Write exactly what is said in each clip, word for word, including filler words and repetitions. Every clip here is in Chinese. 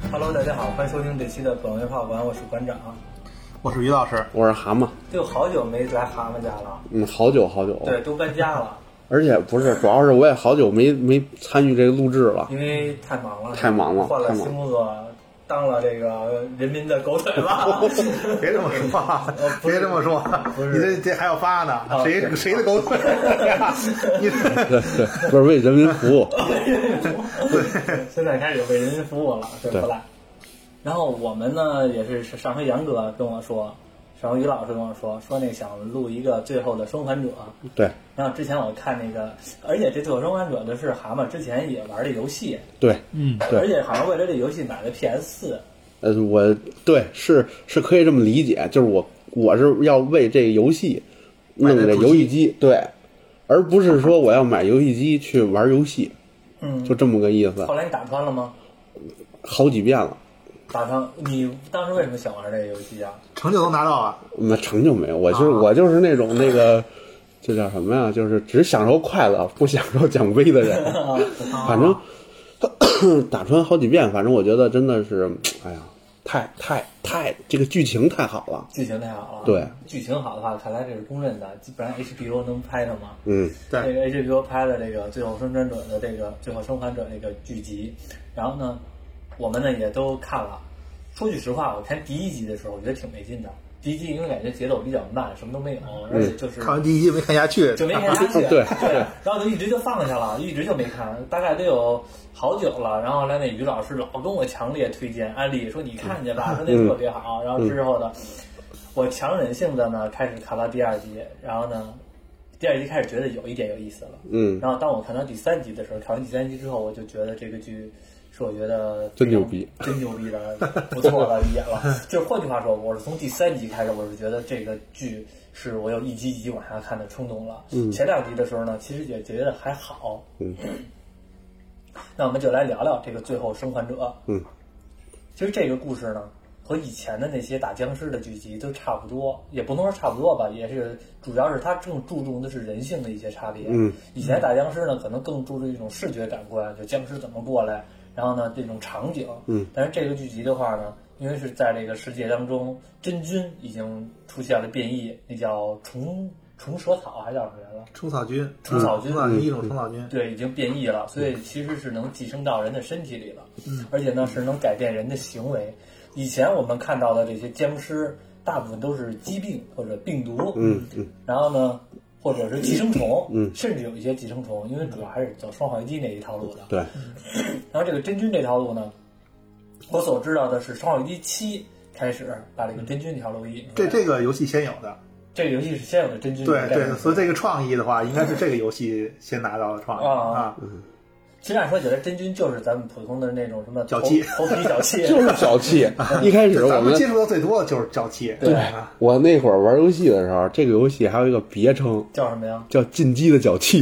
Hello， 大家好，欢迎收听这期的本文化馆，我是馆长， 我是于老师， 我是蛤蟆。 就好久没来蛤蟆家了， 嗯，好久好久。 对，都搬家了。 而且不是，主要是我也好久没没参与这个录制了， 因为太忙了， 太忙了， 换了新工作，当了这个人民的狗腿了。 别这么说，别这么说，你这这还要发呢， 哦、 谁谁的狗腿？ 你对对，不是为人民服务。 对，现在开始为人民服务了，对不赖。然后我们呢，也是上回杨哥跟我说。上回于老师跟我说，说那想录一个《最后的生还者》。 对。 然后之前我看那个，而且这《最后生还者》的是蛤蟆之前也玩这游戏。 对，嗯，对。 而且好像为了这游戏买的 P S 四。 呃，我对是是可以这么理解，就是我我是要为这个游戏弄这游戏机，对，而不是说我要买游戏机去玩游戏。 嗯， 就这么个意思。 后来你打穿了吗？ 好几遍了。 打穿，你当时为什么想玩这个游戏啊？ 成就都拿到了？ 那成就没有，我就是、啊、我就是那种那个，这叫什么呀？就是只享受快乐，不享受奖杯的人。反正打穿好几遍，反正我觉得真的是，哎呀，太太太，这个剧情太好了， 剧情太好了。对，剧情好的话，看来这是公认的，不然 H B O 能拍上吗？ 嗯， 对，这个 H B O 拍的这个《最后生还者》的这个《最后生还者》这个剧集，然后呢？我们呢也都看了，说句实话，我看第一集的时候，我觉得挺没劲的。第一集因为感觉节奏比较慢，什么都没有，而且就是、 嗯、看完第一集没看下去， 就没看下去， 对对，然后就一直就放下了，一直就没看，大概得有好久了。然后来那于老师老跟我强烈推荐安利，说你看去吧，说那特别好。然后之后呢，我强忍性的呢开始看了第二集，然后呢。第二集开始觉得有一点有意思了，嗯，然后当我看到第三集的时候，看完第三集之后，我就觉得这个剧是我觉得真牛逼， 真牛逼的，不错的演了。就是换句话说，我是从第三集开始，我是觉得这个剧是我有一集一集往下看的冲动了。嗯，前两集的时候呢，其实也觉得还好。嗯，那我们就来聊聊这个最后生还者。嗯，其实这个故事呢。和以前的那些打僵尸的剧集都差不多，也不能说差不多吧，也是主要是它更注重的是人性的一些差别。嗯，以前打僵尸呢，可能更注重一种视觉感官，就僵尸怎么过来，然后呢这种场景。嗯，但是这个剧集的话呢，因为是在这个世界当中，真菌已经出现了变异，那叫虫虫蛇草还叫什么来着？ 虫草菌， 虫草菌， 嗯，一种虫草菌， 对，已经变异了，所以其实是能寄生到人的身体里了，嗯，而且呢是能改变人的行为。以前我们看到的这些僵尸，大部分都是疾病或者病毒， 嗯嗯， 然后呢，或者是寄生虫，嗯，甚至有一些寄生虫，因为主要还是走双黄鸡那一套路的， 对。 然后这个真菌这条路呢，我所知道的是双黄鸡七开始把这个真菌这条路引出来， 这这个游戏先有的， 这个游戏是先有的真菌， 对对，所以这个创意的话，应该是这个游戏先拿到的创意啊。啊嗯其实按说起来，真菌就是咱们普通的那种什么脚气、 头皮脚气， 就是脚气。一开始我们接触到最多的就是脚气。 对，我那会儿玩游戏的时候，这个游戏还有一个别称， 叫什么呀？ 叫进击的脚气。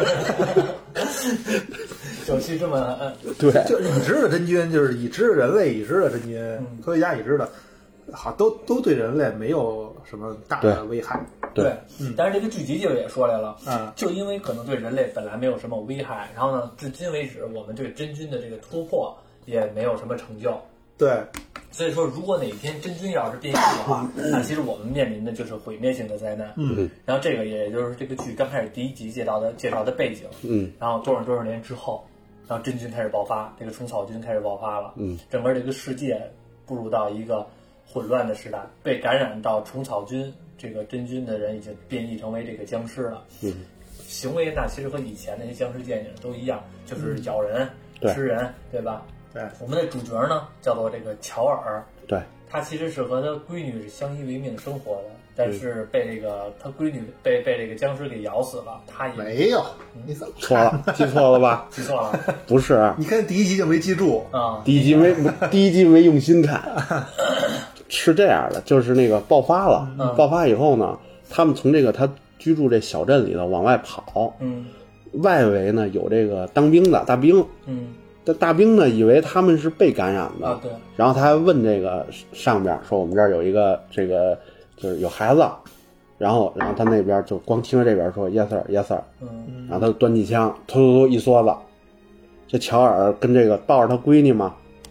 脚气这么对， 就已知的真菌，就是已知的人类已知的真菌，嗯、科学家已知的，好都都对人类没有什么大的危害。 对，嗯，但是这个剧集就也说来了，嗯，就因为可能对人类本来没有什么危害，然后呢，至今为止我们对真菌的这个突破也没有什么成就。 对， 所以说，如果哪天真菌要是变异的话，那其实我们面临的就是毁灭性的灾难。嗯，然后这个也就是这个剧刚开始第一集介绍的介绍的背景。嗯，然后多少多少年之后，然后真菌开始爆发，这个虫草菌开始爆发了。嗯，整个这个世界步入到一个混乱的时代，被感染到虫草菌。这个真菌的人已经变异成为这个僵尸了，嗯，行为那其实和以前那些僵尸电影都一样，就是咬人、嗯、吃人，对吧？ 对， 我们的主角呢叫做这个乔尔， 对， 他其实是和他闺女是相依为命生活的，但是被这个他闺女被被这个僵尸给咬死了，他也没有，你怎么错了？记错了吧？ 记错了， 不是， 你看第一集就没记住啊， 第一集没第一集没用心看。是这样的，就是那个爆发了，嗯、爆发以后呢，他们从这个他居住这小镇里头往外跑，嗯，外围呢有这个当兵的大兵，嗯，这大兵呢以为他们是被感染的， 啊、对， 然后他还问这个上边说我们这儿有一个这个就是有孩子，然后然后他那边就光听着这边说 yes sir yes sir， 嗯，然后他就端起枪突突突一梭子，这乔尔跟这个抱着他闺女嘛。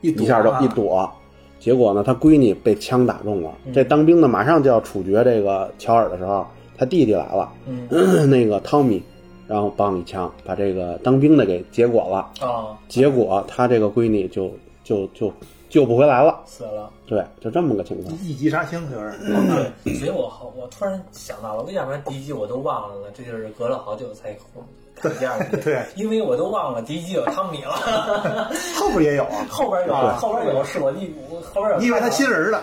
一下就一躲，结果呢他闺女被枪打中了，这当兵的马上就要处决这个乔尔的时候，他弟弟来了，嗯，那个汤米然后帮一枪把这个当兵的给结果了啊，结果他这个闺女就就就救不回来了， 死了。 对，就这么个情况， 一击杀青就是。 对，所以我我突然想到了，要不然第一集我都忘了呢，这就是隔了好久才看第二集。 对， 因为我都忘了第一集有汤米了， 后边也有啊， 后边有，后边有是我一后边有。 你以为他新人呢？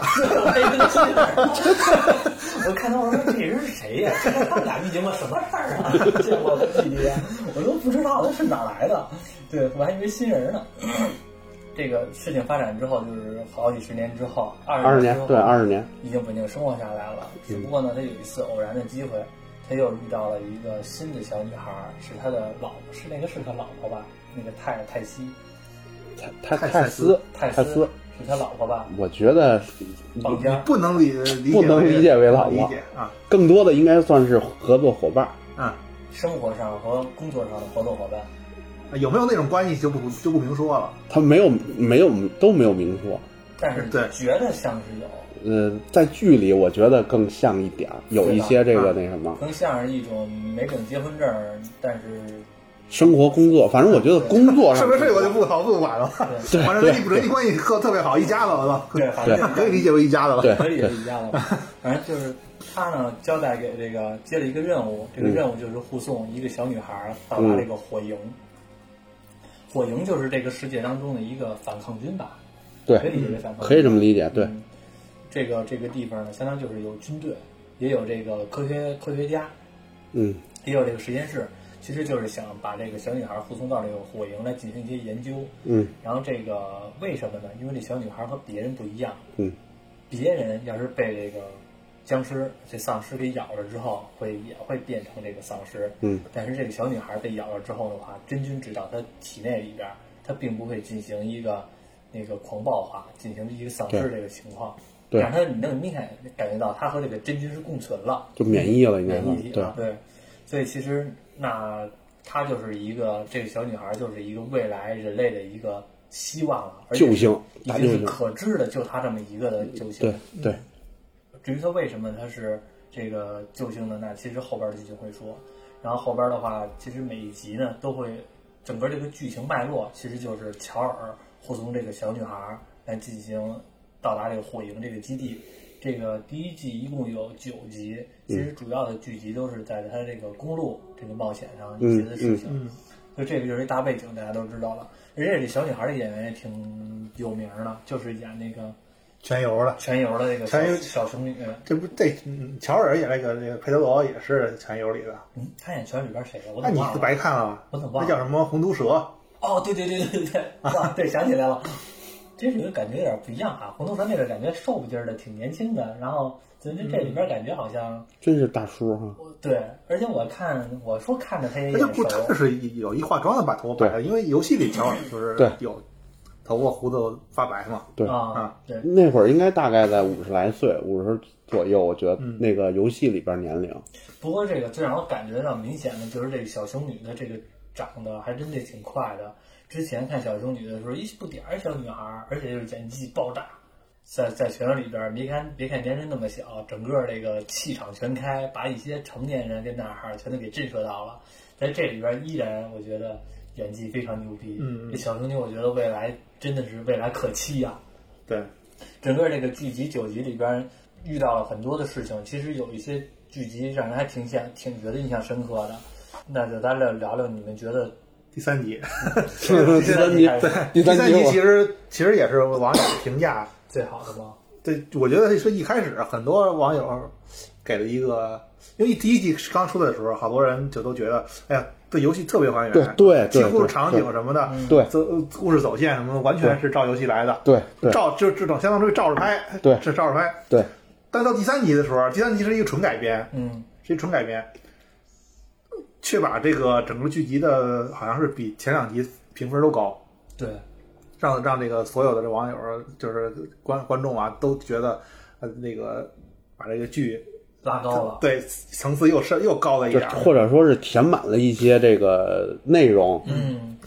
我看到我说这人是谁呀？这他们俩遇见过什么事儿啊？这我的弟弟，我都不知道他是哪来的。对，我还以为新人呢。这个事情发展之后，就是好几十年之后， 二十年，对，二十年， 已经稳定生活下来了。只不过呢，他有一次偶然的机会，他又遇到了一个新的小女孩，是他的老婆，是那个是他老婆吧？那个泰泰西， 泰泰泰斯， 泰斯是他老婆吧？ 我觉得绑架不能理不能理解为老婆啊， 更多的应该算是合作伙伴啊， 生活上和工作上的合作伙伴。 有没有那种关系就不就不明说了， 他没有没有都没有明说， 但是对觉得像是有。 呃，在剧里我觉得更像一点，有一些这个那什么， 更像是一种没准结婚证，但是生活工作，反正我觉得工作上是不是我就不好不管了， 对， 反正人际人际关系特特别好，一家子了， 对，反正可以理解为一家子了， 对， 可以理解为一家子了。反正就是他呢交代给这个接了一个任务，这个任务就是护送一个小女孩到达这个火营。火营就是这个世界当中的一个反抗军吧， 对， 可以理解为反抗军， 可以这么理解，对。 嗯、这个这个地方呢，相当就是有军队，也有这个科学科学家， 嗯， 也有这个实验室，其实就是想把这个小女孩护送到这个火营来进行一些研究， 嗯。 然后这个为什么呢？因为这小女孩和别人不一样， 嗯， 别人要是被这个僵尸这丧尸给咬了之后，会也会变成这个丧尸。 嗯， 但是这个小女孩被咬了之后的话，真菌直到她体内里边，她并不会进行一个那个狂暴化，进行一个丧尸这个情况。 对， 但是她你能明显感觉到她和这个真菌是共存了， 就免疫了，应该免疫体了。 对对，所以其实那她就是一个这个小女孩就是一个未来人类的一个希望了，而且救星， 已经是可知的，就她这么一个的救星。 对对。 至于他为什么他是这个救星的，那其实后边的剧情会说。然后后边的话，其实每一集呢都会，整个这个剧情脉络其实就是乔尔护送这个小女孩来进行到达这个火营这个基地。这个第一季一共有九集，其实主要的剧集都是在他这个公路这个冒险上一些的事情。 嗯嗯嗯、 所以这个就是一大背景，大家都知道了。而且这小女孩的演员也挺有名的，就是演那个。 全游的， 全游的那个全游小熊女， 这不这嗯，乔尔演那个那个佩德罗也是全游里的。 嗯，他演全游里边谁呀？我那你白看了， 我怎么忘了？ 那叫什么红毒蛇？ 哦，对对对对对，哇，对，想起来了。这里个感觉有点不一样啊，红毒蛇那个感觉瘦不劲儿的，挺年轻的，然后这这里边感觉好像真是大叔哈。 对，而且我看我说看着他也眼熟， 不，他是有一化妆的把头发白了，因为游戏里乔尔就是有。头发胡子发白嘛？ 对啊，对， 那会儿应该大概在五十来岁，五十左右，我觉得那个游戏里边年龄。 嗯、不过这个最让我感觉到明显的就是这个小熊女的这个长得还真的挺快的。之前看小熊女的时候，一不点儿小女孩，而且就是演技爆炸，在在全游里边，别看别看年龄那么小，整个这个气场全开，把一些成年人跟男孩全都给震慑到了。在这里边依然我觉得演技非常牛逼。 嗯， 这小熊女我觉得未来真的是未来可期呀、啊。 对， 整个这个剧集九集里边遇到了很多的事情，其实有一些剧集让人还挺想挺觉得印象深刻的。那就咱聊聊聊你们觉得第三集， 第三集， 对，第三集其实其实也是网友评价最好的吗？ 对，我觉得是一开始很多网友给了一个，因为第一季刚出的时候，好多人就都觉得，哎呀，对游戏特别还原， 对对， 几乎场景什么的， 对， 故事走线什么的，完全是照游戏来的， 对， 照就这种相当于照着拍， 对， 是照着拍， 对。 但到第三集的时候，第三集是一个纯改编， 嗯， 是一纯改编，却把这个整个剧集的好像是比前两集评分都高， 对。 让让这个所有的这网友就是观观众啊都觉得，呃，那个把这个剧拉高了， 对，层次又深又高了一点， 或者说是填满了一些这个内容。 嗯，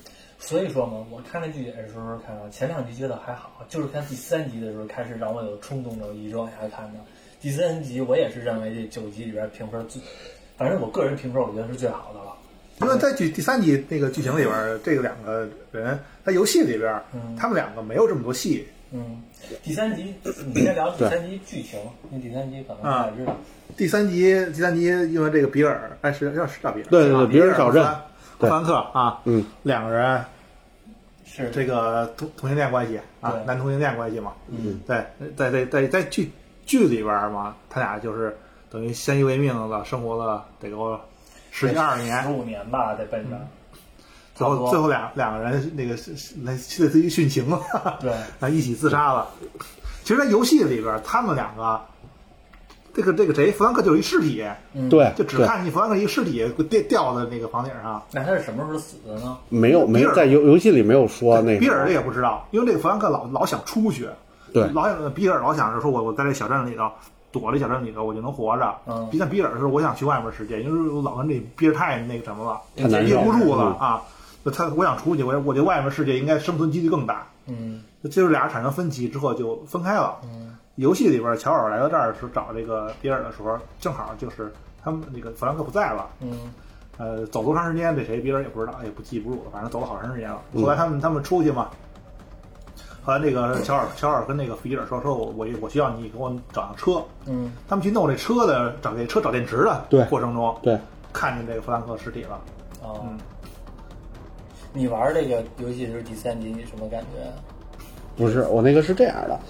所以说嘛，我看那剧也是时候看到前两集觉得还好，就是看第三集的时候开始让我有冲动的一直往下看的。第三集我也是认为这九集里边评分最，反正我个人评分我觉得是最好的了。 因为在剧第三集那个剧情里边，这个两个人在游戏里边， 嗯， 他们两个没有这么多戏。 嗯，第三集你先聊第三集剧情，因为第三集可能不太知道。 第三集，第三集因为这个比尔，哎是要是叫比尔， 对对对，比尔小镇， 弗兰克啊， 嗯， 两个人是这个同同性恋关系啊，男同性恋关系嘛， 嗯， 对，在在在在剧剧里边嘛，他俩就是等于相依为命了，生活了得有十几二十年， 十五年吧，得奔着。 最后最后两两个人那个类类似于殉情了， 对， 啊一起自杀了。其实，在游戏里边，他们两个，这个这个谁，弗兰克就是一尸体， 嗯， 对， 就只看见弗兰克一个尸体掉掉在那个房顶上。 那他是什么时候死的呢？ 没有，没有在游游戏里没有说那个。 比尔也不知道，因为这个弗兰克老老想出去， 对， 老想比尔老想着说我我在这小镇里头躲这小镇里头我就能活着。 嗯， 比但比尔的时候，我想去外面世界，因为我老跟这比尔太那个什么了， 太难憋不住了、 嗯、 啊。他我想出去，我我觉得外面世界应该生存几率更大。 嗯， 就是俩人产生分歧之后就分开了。 嗯， 游戏里边乔尔来到这儿的时候找这个比尔的时候，正好就是他们那个弗兰克不在了。 嗯， 呃，走多长时间这谁比尔也不知道，也不记不住了，反正走了好长时间了。后来他们他们出去嘛，后来这个乔尔乔尔跟那个比尔说说我我我需要你给我找辆车。 嗯， 他们去弄这车的找这车找电池的过程中， 对， 看见这个弗兰克尸体了。 哦。 嗯， 你玩这个游戏的时候，第三集你什么感觉？ 不是，我那个是这样的，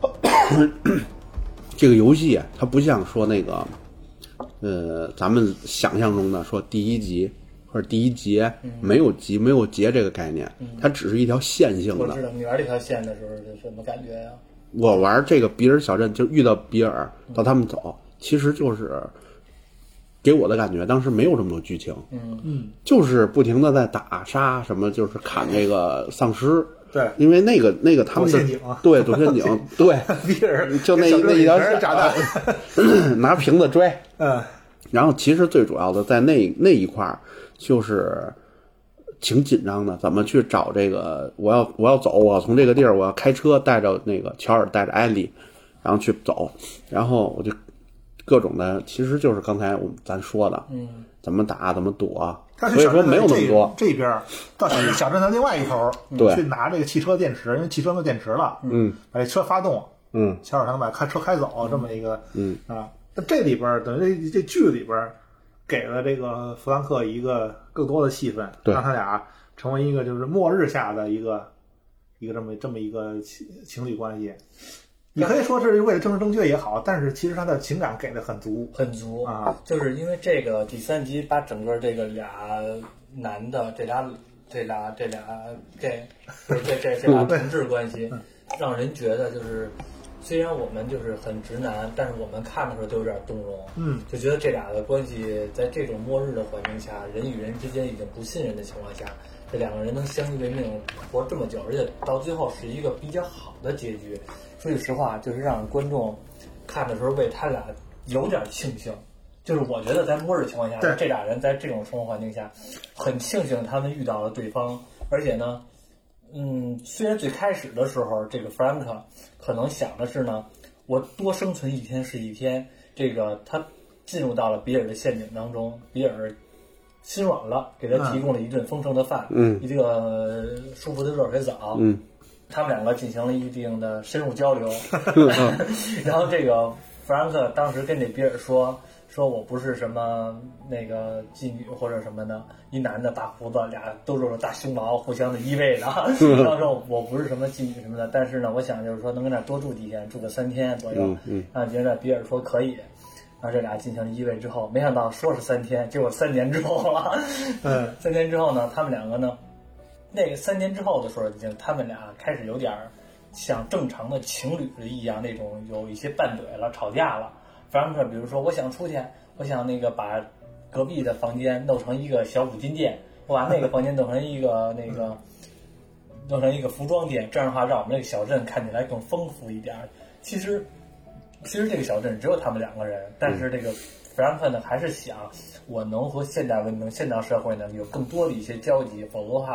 这个游戏啊，它不像说那个，呃，咱们想象中的说第一集或者第一节、嗯、没有集没有节这个概念， 嗯、 它只是一条线性的。 我知道你玩这条线的时候是什么感觉呀、啊？ 我玩这个比尔小镇就遇到比尔，到他们走，嗯、其实就是给我的感觉，当时没有这么多剧情， 嗯嗯， 就是不停的在打杀什么，就是砍这个丧尸。 对， 因为那个那个他们的对躲陷阱，对， 比尔就那那一条炸弹， 拿瓶子追， 嗯， 然后其实最主要的在那那一块儿就是挺紧张的，怎么去找这个？我要我要走，我要从这个地儿，我要开车带着那个乔尔带着艾莉，然后去走，然后我就各种的，其实就是刚才我们咱说的， 嗯， 怎么打怎么躲。 所以说没有那么多。 这边到小镇的另外一头， 对， 去拿这个汽车电池，因为汽车没有电池了， 嗯， 把这车发动， 嗯， 乔尔他们把开车开走，这么一个， 嗯啊，那这里边等于这这剧里边给了这个弗兰克一个更多的戏份，让他俩成为一个就是末日下的一个一个这么这么一个情情侣关系。你可以说是为了政治正确也好，但是其实他的情感给的很足， 很足啊！ 就是因为这个第三集把整个这个俩男的这俩这俩这俩 gay， 就是这这这俩同志关系，让人觉得就是虽然我们就是很直男，但是我们看的时候就有点动容， 嗯， 就觉得这俩的关系在这种末日的环境下，人与人之间已经不信任的情况下，这两个人能相依为命活这么久，而且到最后是一个比较好的结局。说句实话，就是让观众看的时候为他俩有点庆幸。就是我觉得在末日情况下，这俩人在这种生活环境下，很庆幸他们遇到了对方。而且呢，嗯，虽然最开始的时候，这个弗兰克可能想的是呢，我多生存一天是一天。这个他进入到了比尔的陷阱当中，比尔心软了，给他提供了一顿丰盛的饭， 嗯， 一个舒服的热水澡， 嗯。 他们两个进行了一定的深入交流，然后这个弗兰克当时跟这比尔说：“说我不是什么那个妓女或者什么的，一男的大胡子，俩都露着大胸毛，互相的依偎的。然后说我不是什么妓女什么的，但是呢，我想就是说能跟那多住几天，住个三天左右。 嗯嗯。 然后接着比尔说可以，然后这俩进行了依偎之后，没想到说是三天，结果三年之后了。 嗯， 三年之后呢，他们两个呢。”那个三年之后的时候，已经他们俩开始有点像正常的情侣一样，那种有一些拌嘴了，吵架了。弗兰克比如说，我想出去，我想那个把隔壁的房间弄成一个小五金店，我把那个房间弄成一个那个弄成一个服装店，这样的话让我们这个小镇看起来更丰富一点。其实，其实这个小镇只有他们两个人，但是这个弗兰克呢，还是想我能和现代文明、现代社会呢有更多的一些交集，否则的话。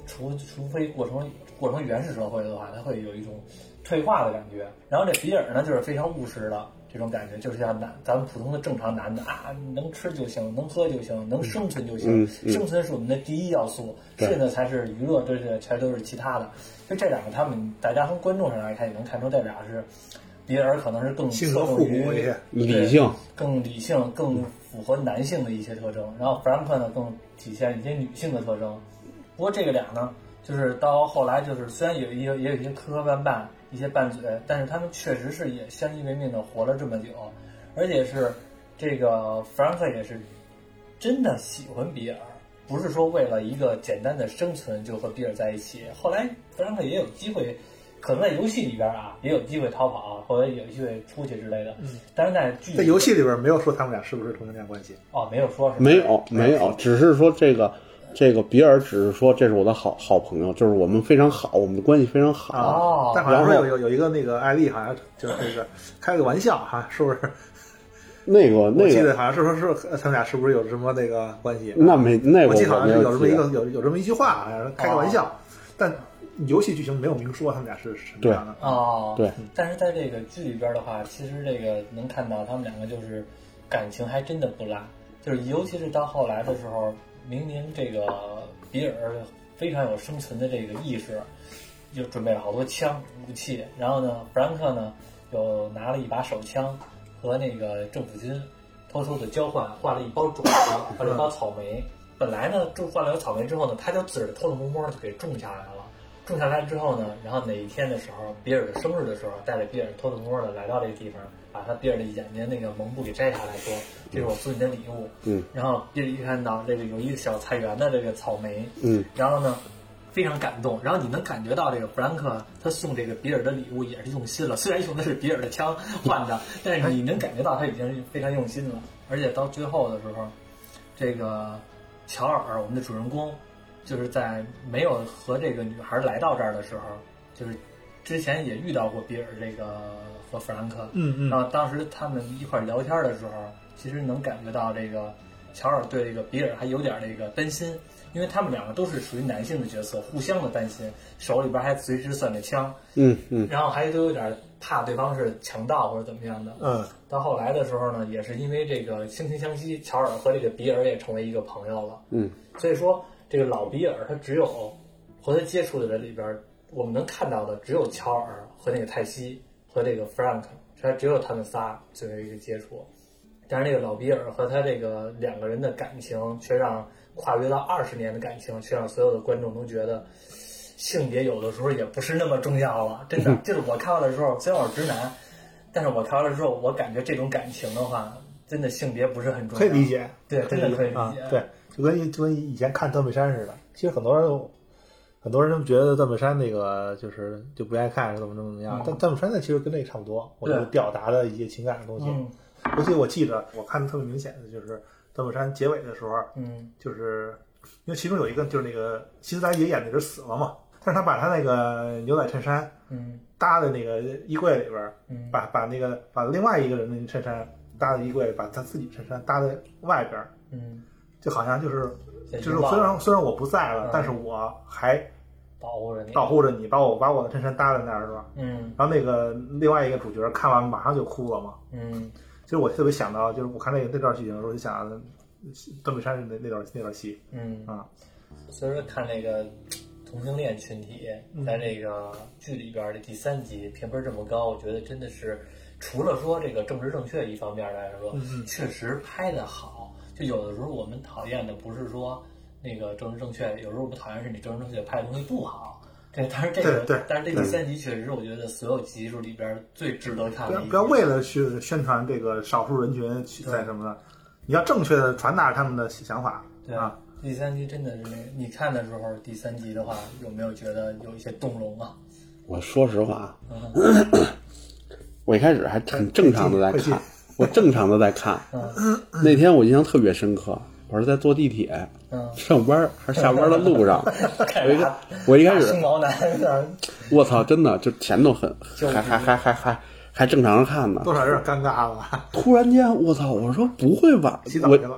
除除非过成过成原始社会的话，它会有一种退化的感觉。然后这比尔呢，就是非常务实的这种感觉，就是像男咱们普通的正常男的啊，能吃就行，能喝就行，能生存就行， 嗯嗯、 生存是我们的第一要素，剩下的才是娱乐，这些全都是其他的。就这两个，他们大家从观众上来看，也能看出这俩是比尔可能是更侧重于理性， 更理性，更符合男性的一些特征，然后弗兰克呢更体现一些女性的特征。不过这个俩呢，就是到后来就是虽然有一也有一些磕磕绊绊，一些拌嘴，但是他们确实是也相依为命的活了这么久，而且是这个弗兰克也是真的喜欢比尔，不是说为了一个简单的生存就和比尔在一起。后来弗兰克也有机会，可能在游戏里边啊也有机会逃跑，或者有机会出去之类的。嗯，但是在剧在游戏里边没有说他们俩是不是同性恋关系。 哦，没有说是没有没有，只是说这个。这个比尔只是说这是我的好好朋友，就是我们非常好，我们的关系非常好。 哦， 但好像说有有有一个那个艾丽，好像就是这个开个玩笑哈，是不是？ 那个那个， 我记得好像是说是他们俩是不是有什么那个关系？ 那没那个， 我记得好像是有这么一个有有这么一句话，好像开个玩笑，哦、但游戏剧情没有明说他们俩是什么样的。 哦， 对。 但是在这个剧里边的话，其实这个能看到他们两个就是感情还真的不烂，就是尤其是到后来的时候。明明这个比尔非常有生存的这个意识，就准备了好多枪武器，然后呢，弗兰克呢又拿了一把手枪和那个政府军偷偷的交换，换了一包种子，换了一包草莓。本来呢，就换了有草莓之后呢，他就自个儿偷偷摸摸就给种下来了。种下来之后呢，然后哪一天的时候，比尔的生日的时候，带着比尔偷偷摸摸的来到这个地方，把他比尔的眼睛那个蒙布给摘下来说，这是我送你的礼物。 嗯， 然后比尔一看到这个有一个小菜园的这个草莓， 嗯， 然后呢非常感动，然后你能感觉到这个弗兰克他送这个比尔的礼物也是用心了，虽然用的是比尔的枪换的，但是你能感觉到他已经是非常用心了。而且到最后的时候，这个乔尔我们的主人公。就是在没有和这个女孩来到这儿的时候，就是之前也遇到过比尔这个和弗兰克， 嗯嗯， 然后当时他们一块聊天的时候，其实能感觉到这个乔尔对这个比尔还有点这个担心，因为他们两个都是属于男性的角色，互相的担心，手里边还随时攥着枪， 嗯嗯， 然后还都有点怕对方是强盗或者怎么样的， 嗯， 到后来的时候呢，也是因为这个惺惺相惜，乔尔和这个比尔也成为一个朋友了， 嗯， 所以说。这个老比尔他只有和他接触的人里边，我们能看到的只有乔尔和那个泰西和这个 Frank， 他只有他们仨最为一个接触。但是那个老比尔和他这个两个人的感情，却让跨越到二十年的感情，却让所有的观众都觉得性别有的时候也不是那么重要了。真的，就是我看完的时候，虽然我是直男，但是我看完了之后，我感觉这种感情的话，真的性别不是很重要。 可以理解， 对，真的可以理解。 啊、对。就跟就跟以前看断背山似的，其实很多人很多人都觉得断背山那个就是就不愿意看，怎么怎么怎么样。嗯、但断背山呢，其实跟那个差不多，我觉得表达的一些情感的东西。 嗯、 尤其我记得我看的特别明显的就是断背山结尾的时候， 嗯， 就是因为其中有一个就是那个希斯莱杰演的是死了嘛，但是他把他那个牛仔衬衫， 嗯， 搭在那个衣柜里边， 嗯， 把把那个把另外一个人的衬衫搭在衣柜里，把他自己衬衫搭在外边， 嗯。 就好像就是，就是虽然虽然我不在了，嗯、但是我还保护着你， 保护着你，把我把我的衬衫搭在那儿是吧？ 嗯。 然后那个另外一个主角看完马上就哭了嘛。 嗯。 其实我特别想到，就是我看那个那段剧情的时候，就想断背山那那段那段戏。 嗯啊， 所以说看那个同性恋群体在这个剧里边的第三集评分这么高，我觉得真的是除了说这个政治正确一方面来说， 嗯、 确实拍得好。就有的时候我们讨厌的不是说那个政治正确，有时候我们讨厌是你政治正确拍的东西不好。对，但是这个， 对对但是这第三集确实我觉得所有集数里边最值得看的一集。 不要为了去宣传这个少数人群在什么的，你要正确的传达他们的想法。 对啊，第三集真的是那个，你看的时候第三集的话，有没有觉得有一些动容啊？ 我说实话， 嗯、 我一开始还很正常的在看。我正常的在看，嗯、那天我印象特别深刻，我是在坐地铁、 嗯、 上班还是下班的路上，我一个我一开始， 毛男， 我操，真的就前头很还还还还还还正常看呢， 多少有点尴尬了。 突然间，我操！我说不会吧？ 洗澡去了。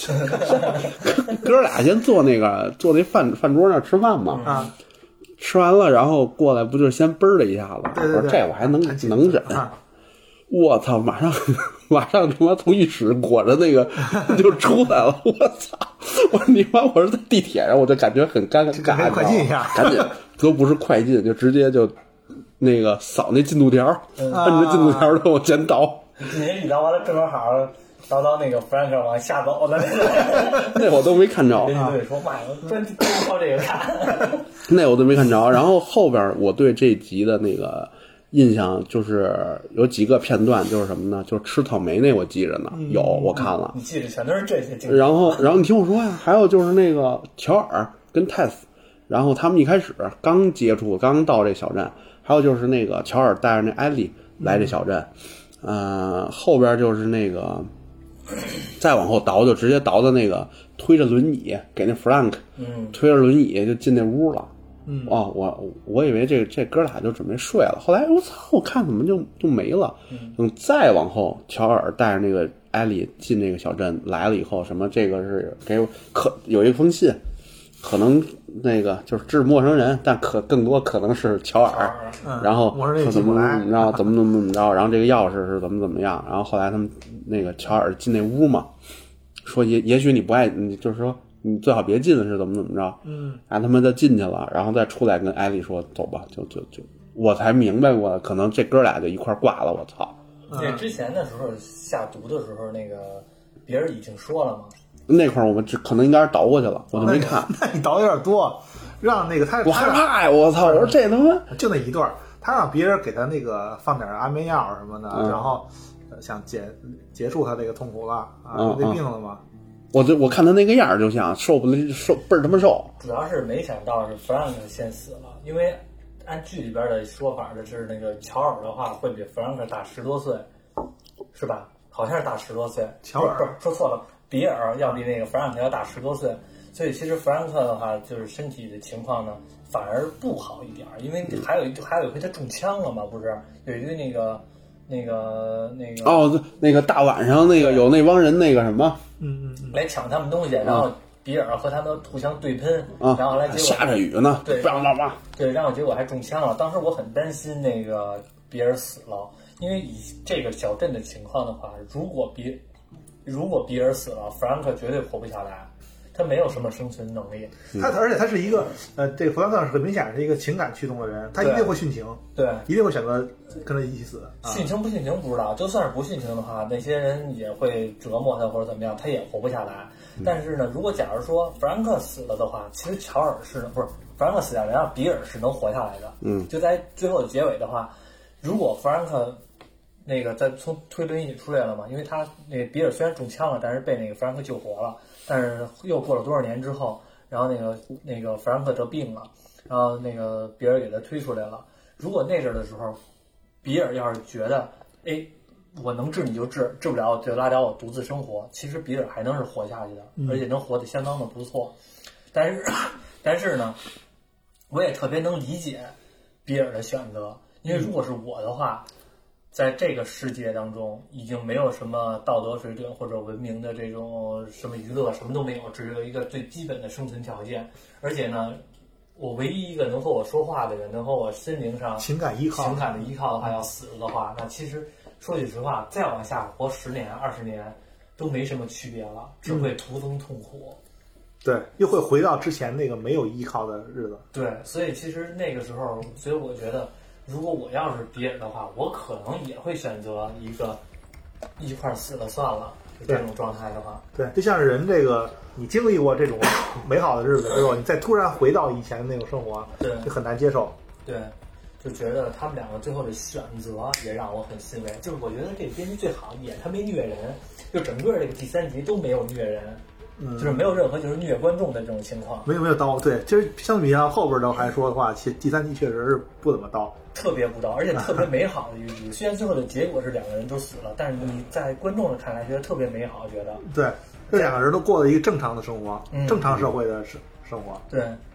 哥俩先坐那个坐那饭饭桌那吃饭嘛。 啊。 吃完了，然后过来不就是先嘣了一下子？ 对对对， 我说这我还能能忍。我操！马上马上他妈从浴室裹着那个就出来了。我操！我说你妈！我说在地铁上，我就感觉很尴尬。 快进一下， 赶紧都不是快进，就直接就那个扫那进度条， 嗯、 摁着进度条就往前倒。 你一倒完了，正好倒到那个弗兰克往下走的那我都没看着。 人家对说：“妈呀，专靠这个看。” 那我都没看着。然后后边我对这集的那个印象就是有几个片段，就是什么呢？就是吃草莓那我记着呢， 嗯、 有我看了。 你记着全都是这些镜头。 然后，然后你听我说呀，还有就是那个乔尔跟泰斯，然后他们一开始刚接触，刚到这小镇，还有就是那个乔尔带着那艾莉来这小镇，嗯、呃，后边就是那个。再往后倒就直接倒到那个推着轮椅给那 Frank， 嗯， 推着轮椅就进那屋了。 嗯， 哦，我我以为这这哥俩就准备睡了，后来我操，我看怎么就就没了。嗯，再往后，乔尔带着那个艾莉进那个小镇来了以后，什么这个是给可有一封信，可能那个就是致陌生人，但可更多可能是乔尔。 嗯、 然后说怎么怎么着，怎么怎么怎么着，然后这个钥匙是怎么怎么样，然后后来他们那个乔尔进那屋嘛，说也也许你不爱，你就是说你最好别进是怎么怎么着， 嗯， 然后他们再进去了，然后再出来跟艾莉说走吧，就就就我才明白过，可能这哥俩就一块挂了，我操！ 那之前的时候下毒的时候，那个别人已经说了吗？ 那块儿我们只可能应该是倒过去了，我就没看。 那, 那你倒有点多，让那个他我害怕呀！我操！我说这他妈就那一段，他让别人给他那个放点安眠药什么的，嗯、然后想结结束他这个痛苦了啊，有这病了吗？ 我就我看他那个样就想受不了，受倍儿他妈受。 主要是没想到是弗兰克先死了，因为按剧里边的说法的是那个乔尔的话会比弗兰克大十多岁，是吧？好像是大十多岁。 乔尔不是说错了，比尔要比那个弗兰克要大十多岁，所以其实弗兰克的话就是身体的情况呢反而不好一点，因为还有一还有一回他中枪了嘛，不是有一个那个。那个那个哦，那个大晚上那个有那帮人那个什么， 嗯嗯， 来抢他们东西，然后比尔和他们互相对喷， 啊、 然后来结果下着雨呢， 对， 叭叭叭， 对，然后结果还中枪了。当时我很担心那个比尔死了，因为以这个小镇的情况的话，如果比如果比尔死了，弗兰克绝对活不下来。他没有什么生存能力， 他而且他是一个呃，这个弗兰克很明显是一个情感驱动的人，他一定会殉情， 对， 一定会选择跟他一起死。 殉情不殉情不知道，就算是不殉情的话，那些人也会折磨他或者怎么样，他也活不下来。但是呢，如果假如说弗兰克死了的话，其实乔尔是不是弗兰克死掉，然后比尔是能活下来的。 嗯， 就在最后的结尾的话，如果弗兰克那个在从推轮椅出来了嘛，因为他那个比尔虽然中枪了，但是被那个弗兰克救活了。但是又过了多少年之后，然后那个那个弗兰克得病了，然后那个比尔给他推出来了。如果那阵的时候，比尔要是觉得，哎，我能治你就治，治不了就拉倒，我独自生活。其实比尔还能是活下去的，而且能活得相当的不错。但是，但是呢，我也特别能理解比尔的选择，因为如果是我的话。在这个世界当中，已经没有什么道德水准或者文明的这种什么娱乐，什么都没有，只有一个最基本的生存条件。而且呢，我唯一一个能和我说话的人，能和我心灵上情感依靠、 情感的依靠的话，要死了的话，那其实说句实话，再往下活十年、二十年都没什么区别了，只会徒增痛苦。 嗯、对，又会回到之前那个没有依靠的日子。 对，所以其实那个时候，所以我觉得。如果我要是比尔的话，我可能也会选择一个一块死了算了这种状态的话。 对，就像是人这个，你经历过这种美好的日子之后，你再突然回到以前的那种生活， 对， 就很难接受。 对，就觉得他们两个最后的选择也让我很欣慰。就是我觉得这个编剧最好演他没虐人，就整个这个第三集都没有虐人。嗯，就是没有任何就是虐观众的这种情况， 没有没有刀，对，其实相比较后边的还说的话，其实第三集确实是不怎么刀， 特别不刀，而且特别美好的一集。虽然最后的结果是两个人都死了，但是你在观众的看来觉得特别美好，觉得对，这两个人都过了一个正常的生活， 嗯、 正常社会的生生活。 对，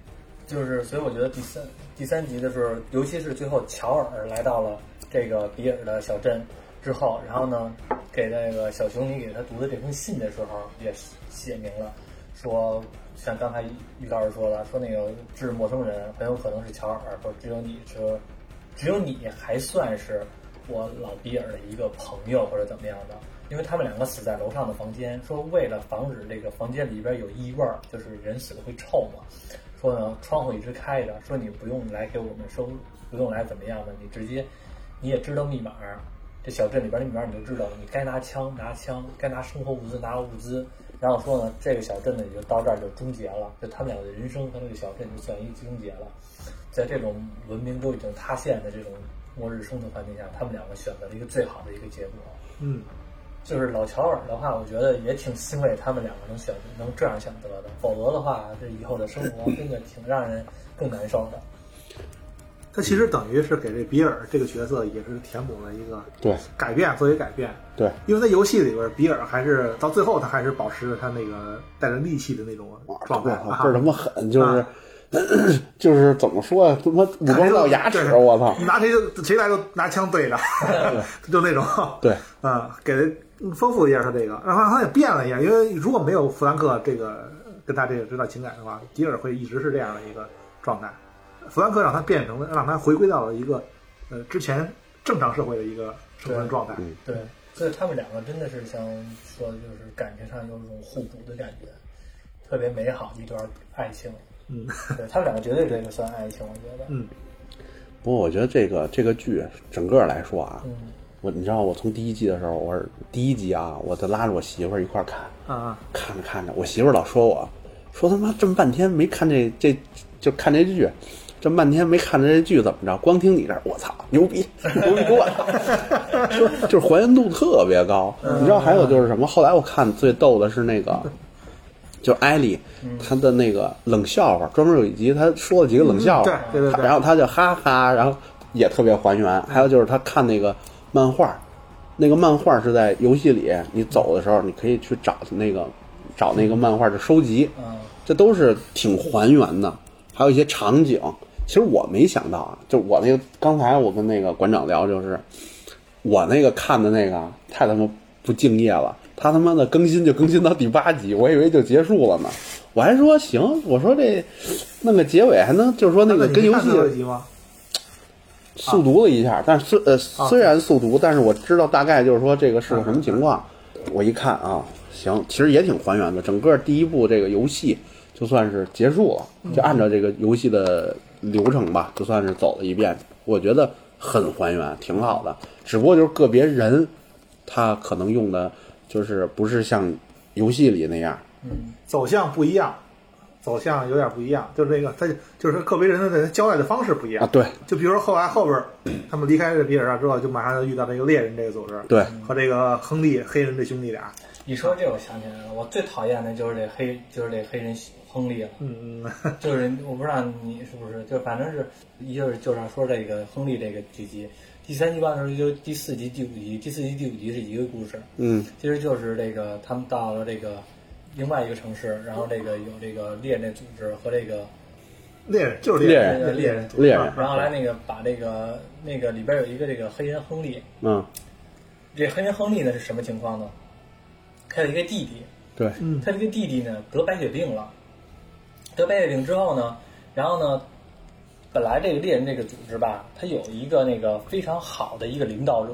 就是所以我觉得第三第三集的时候，尤其是最后乔尔来到了这个比尔的小镇之后，然后呢，给那个小熊你给他读的这封信的时候，也写明了，说像刚才于老师说了，说那个致陌生人很有可能是乔尔，说只有你说，只有你还算是我老比尔的一个朋友或者怎么样的，因为他们两个死在楼上的房间，说为了防止这个房间里边有异味，就是人死了会臭嘛，说呢窗户一直开着，说你不用来给我们收，不用来怎么样的，你直接你也知道密码。这小镇里边的密码你就知道了，你该拿枪拿枪，该拿生活物资拿物资，然后说呢，这个小镇呢也就到这儿就终结了，就他们俩的人生和那个小镇就算一终结了。在这种文明都已经塌陷的这种末日生存环境下，他们两个选择了一个最好的一个结果。 嗯， 就是老乔尔的话，我觉得也挺欣慰他们两个能选能这样选择的，否则的话，这以后的生活真的挺让人更难受的。 他其实等于是给这比尔这个角色也是填补了一个对改变，作为改变。 对， 因为在游戏里边，比尔还是到最后他还是保持着他那个带着戾气的那种状态， 倍儿他妈狠，就是、啊、就是怎么说呀，他妈武装到牙齿，我操！ 拿谁就谁来就拿枪对着，就那种。 对， 啊，给丰富一下他这个，然后他也变了一下，因为如果没有弗兰克这个跟他这个这段情感的话，比尔会一直是这样的一个状态。弗兰克让他变成了，让他回归到了一个，呃，之前正常社会的一个生存状态。 对，所以他们两个真的是像说的，就是感情上有一种互补的感觉，特别美好的一段爱情。 嗯， 对他们两个绝对这个算爱情，我觉得。 嗯。 不过我觉得这个这个剧整个来说啊， 嗯， 我你知道我从第一季的时候，我是第一集啊，我就拉着我媳妇儿一块儿看啊， 看着看着，我媳妇儿老说我，说他妈这么半天没看这这就看这剧。这半天没看着这剧怎么着？光听你这儿，我操，牛逼，牛逼多了！就是就是还原度特别高。 嗯、 你知道还有就是什么？后来我看最逗的是那个，就是艾莉，她的那个冷笑话，专门有一集她说了几个冷笑话， 嗯、对对对， 然后她就哈哈，然后也特别还原。还有就是她看那个漫画，那个漫画是在游戏里，你走的时候你可以去找那个找那个漫画的收集，这都是挺还原的。还有一些场景。其实我没想到啊，就我那个刚才我跟那个馆长聊，就是我那个看的那个太他妈不敬业了，他他妈的更新就更新到第八集，我以为就结束了呢。我还说行，我说这弄个结尾还能就是说那个跟游戏速读了一下，但是呃虽然速读，但是我知道大概就是说这个是个什么情况。我一看啊，行，其实也挺还原的，整个第一部这个游戏就算是结束了，就按照这个游戏的流程吧，就算是走了一遍，我觉得很还原，挺好的。只不过就是个别人，他可能用的就是不是像游戏里那样， 嗯，走向不一样，走向有点不一样，就是这个，他就是个别人的交代的方式不一样啊。对， 就比如说后来后边他们离开这比尔之后，就马上就遇到这个猎人这个组织， 对， 和这个亨利黑人这兄弟俩。 你说这我想起来了，我最讨厌的就是这黑，就是这黑人亨利了。 嗯嗯， 就是我不知道你是不是，就反正是一就是就是说这个亨利这个剧集，第三集完的时候就第四集、第五集，第四集、第五集是一个故事。 嗯， 其实就是这个他们到了这个另外一个城市，然后这个有这个猎人组织和这个猎人就是猎人猎人猎人， 然后来那个把这个那个里边有一个这个黑人亨利。 嗯， 这黑人亨利呢是什么情况呢？他有一个弟弟， 对， 他这个弟弟呢得白血病了，得白血病之后呢，然后呢，本来这个猎人这个组织吧，他有一个那个非常好的一个领导者，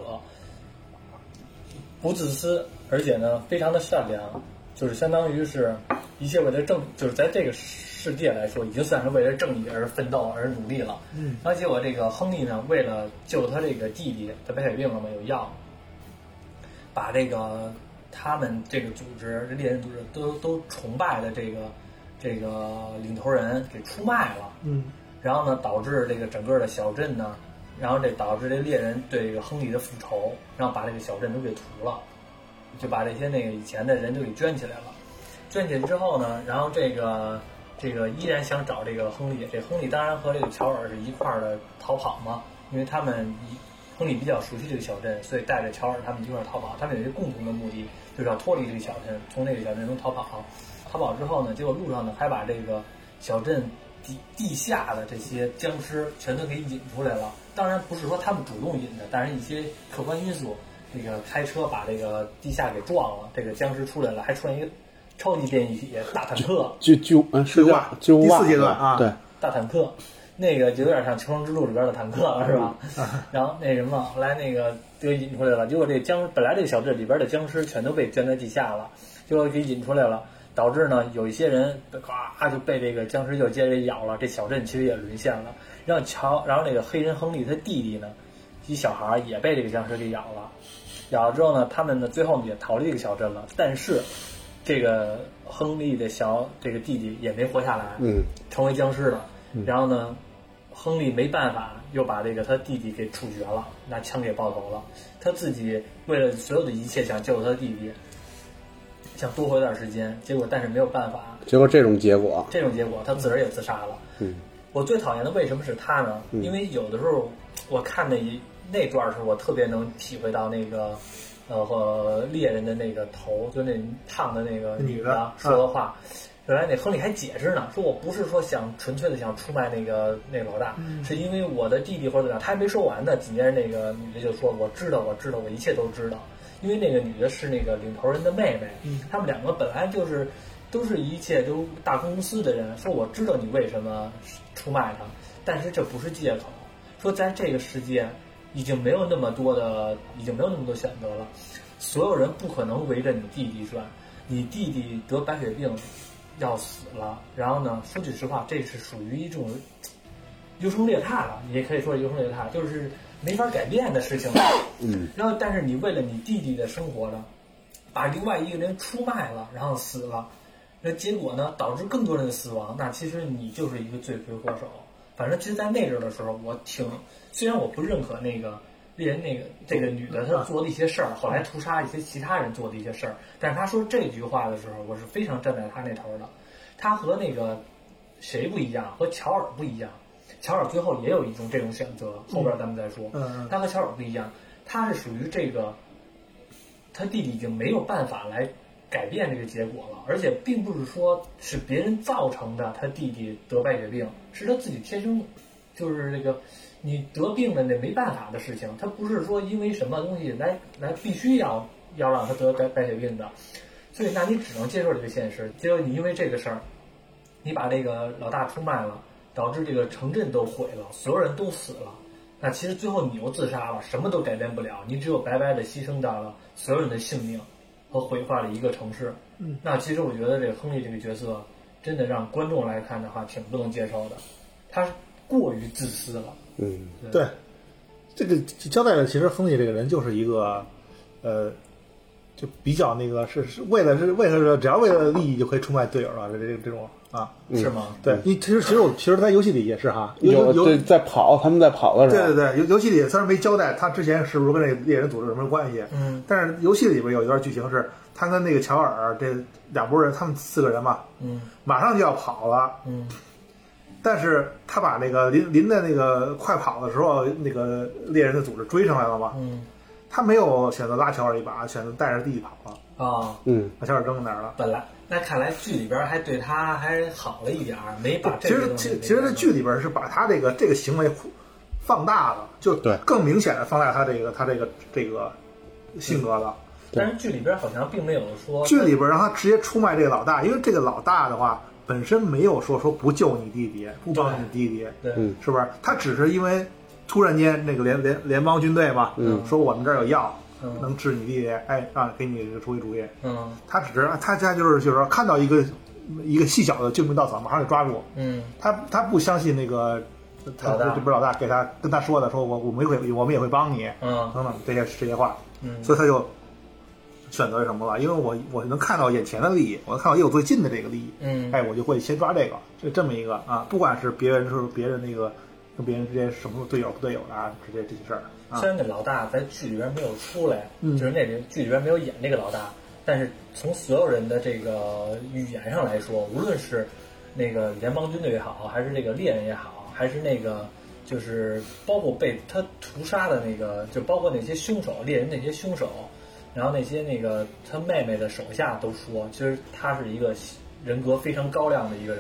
不自私，而且呢非常的善良，就是相当于是一切为了正，就是在这个世界来说，已经算是为了正义而奋斗而努力了。 嗯， 然后结果这个亨利呢，为了救他这个弟弟，得白血病了嘛，有药，把这个。他们这个组织，这猎人组织都都崇拜的这个这个领头人给出卖了， 嗯， 然后呢，导致这个整个的小镇呢，然后这导致这猎人对这个亨利的复仇，然后把这个小镇都给屠了，就把这些那个以前的人都给圈起来了。圈起来之后呢，然后这个这个依然想找这个亨利，这亨利当然和这个乔尔是一块儿的逃跑嘛，因为他们一。亨利比较熟悉这个小镇，所以带着乔尔他们一块逃跑。他们有一个共同的目的，就是要脱离这个小镇，从这个小镇中逃跑。逃跑之后呢，结果路上呢还把这个小镇地地下的这些僵尸全都给引出来了。当然不是说他们主动引的，但是一些客观因素，这个开车把这个地下给撞了，这个僵尸出来了，还出现一个超级变异体大坦克， 就就嗯是吧？第四阶段啊， 对， 大坦克，那个就有点像《求生之路》里边的坦克了，是吧？嗯、然后那什么，后来那个就引出来了，结果这僵本来这个小镇里边的僵尸全都被圈在地下了，结果给引出来了。导致呢，有一些人咵就被这个僵尸就接着咬了，这小镇其实也沦陷了。让乔，然后那个黑人亨利他弟弟呢，一小孩也被这个僵尸给咬了，咬了之后呢，他们呢最后也逃离这个小镇了。但是这个亨利的小这个弟弟也没活下来， 嗯， 成为僵尸了。然后呢，亨利没办法，又把这个他弟弟给处决了，拿枪给爆头了。他自己为了所有的一切想救他弟弟。想多活点时间，结果但是没有办法， 结果这种结果， 这种结果他自个儿也自杀了。 嗯， 我最讨厌的为什么是他呢？ 嗯、 因为有的时候我看那一那段时候，我特别能体会到那个呃和猎人的那个头，就那胖的那个女的说的话。原来那亨利还解释呢，说我不是说想纯粹的想出卖那个那个老大， 嗯、 是因为我的弟弟或者怎么样，他还没说完呢。紧接着那个女的就说：“我知道，我知道，我一切都知道。”因为那个女的是那个领头人的妹妹， 嗯， 他们两个本来就是都是一切都大公司的人，说我知道你为什么出卖他，但是这不是借口。说在这个世界已经没有那么多的，已经没有那么多选择了，所有人不可能围着你弟弟转。你弟弟得白血病要死了，然后呢，说句实话，这是属于一种优胜劣汰了，也可以说是优胜劣汰，就是没法改变的事情。 嗯， 然后但是你为了你弟弟的生活呢，把另外一个人出卖了，然后死了，那结果呢导致更多人的死亡，那其实你就是一个罪魁祸首。反正其实在那阵的时候，我挺虽然我不认可那个猎人那个这个女的她做的一些事儿，后来屠杀一些其他人做的一些事儿，但是她说这句话的时候，我是非常站在她那头的。她和那个谁不一样，和乔尔不一样。乔尔最后也有一种这种选择，后边咱们再说。 嗯， 他和乔尔不一样，他是属于这个，他弟弟已经没有办法来改变这个结果了，而且并不是说是别人造成的，他弟弟得白血病是他自己天生，就是这个你得病了那没办法的事情，他不是说因为什么东西来来必须要要让他得白白血病的，所以那你只能接受这个现实。结果你因为这个事儿，你把这个老大出卖了。导致这个城镇都毁了，所有人都死了。那其实最后你又自杀了，什么都改变不了，你只有白白的牺牲掉了所有人的性命和毁坏了一个城市。 嗯， 那其实我觉得这个亨利这个角色真的让观众来看的话挺不能接受的，他是过于自私了。 嗯， 对，这个交代了，其实亨利这个人就是一个呃就比较那个是是为了是为了只要为了利益就可以出卖队友了，这这这种啊， 是吗？ 对，你其实其实我其实在游戏里也是哈，有有在跑，他们在跑的时候，对对对，游游戏里虽然没交代他之前是不是跟这猎人组织有什么关系， 嗯， 但是游戏里边有一段剧情是他跟那个乔尔这两拨人，他们四个人嘛， 嗯， 马上就要跑了， 嗯， 但是他把那个临临在那个快跑的时候，那个猎人的组织追上来了嘛， 嗯。 他没有选择拉乔尔一把，选择带着弟弟跑了啊， 嗯， 把乔尔扔在那儿了。 本来那看来剧里边还对他还好了一点儿，没把这个。 其实其实，在剧里边是把他这个这个行为放大了，就对更明显的放大他这个他这个这个性格了。 但是剧里边好像并没有说。 剧里边让他直接出卖这个老大，因为这个老大的话本身没有说说不救你弟弟，不帮你弟弟， 对， 是不是？他只是因为。突然间，那个联联联邦军队嘛， 嗯， 说我们这儿有药， 嗯， 能治你弟弟，哎啊，给你出一主意， 嗯， 他只是他家就是就是说看到一个一个细小的救命稻草，马上就抓住， 嗯， 他他不相信那个他这不是老大给他跟他说的，说我我们也会我们也会帮你， 嗯， 等等这些这些话， 嗯， 所以他就选择什么了？因为我我能看到眼前的利益，我能看到离我最近的这个利益， 嗯， 哎，我就会先抓这个，就这么一个啊，不管是别人是别人那个。跟别人之间什么队友不队友的啊，之间这些事儿。啊、 虽然那老大在剧里边没有出来， 嗯、 就是那里剧里边没有演这个老大，但是从所有人的这个语言上来说，无论是那个联邦军队也好，还是这个猎人也好，还是那个就是包括被他屠杀的那个，就包括那些凶手，猎人那些凶手，然后那些那个他妹妹的手下都说，其实他是一个人格非常高亮的一个人。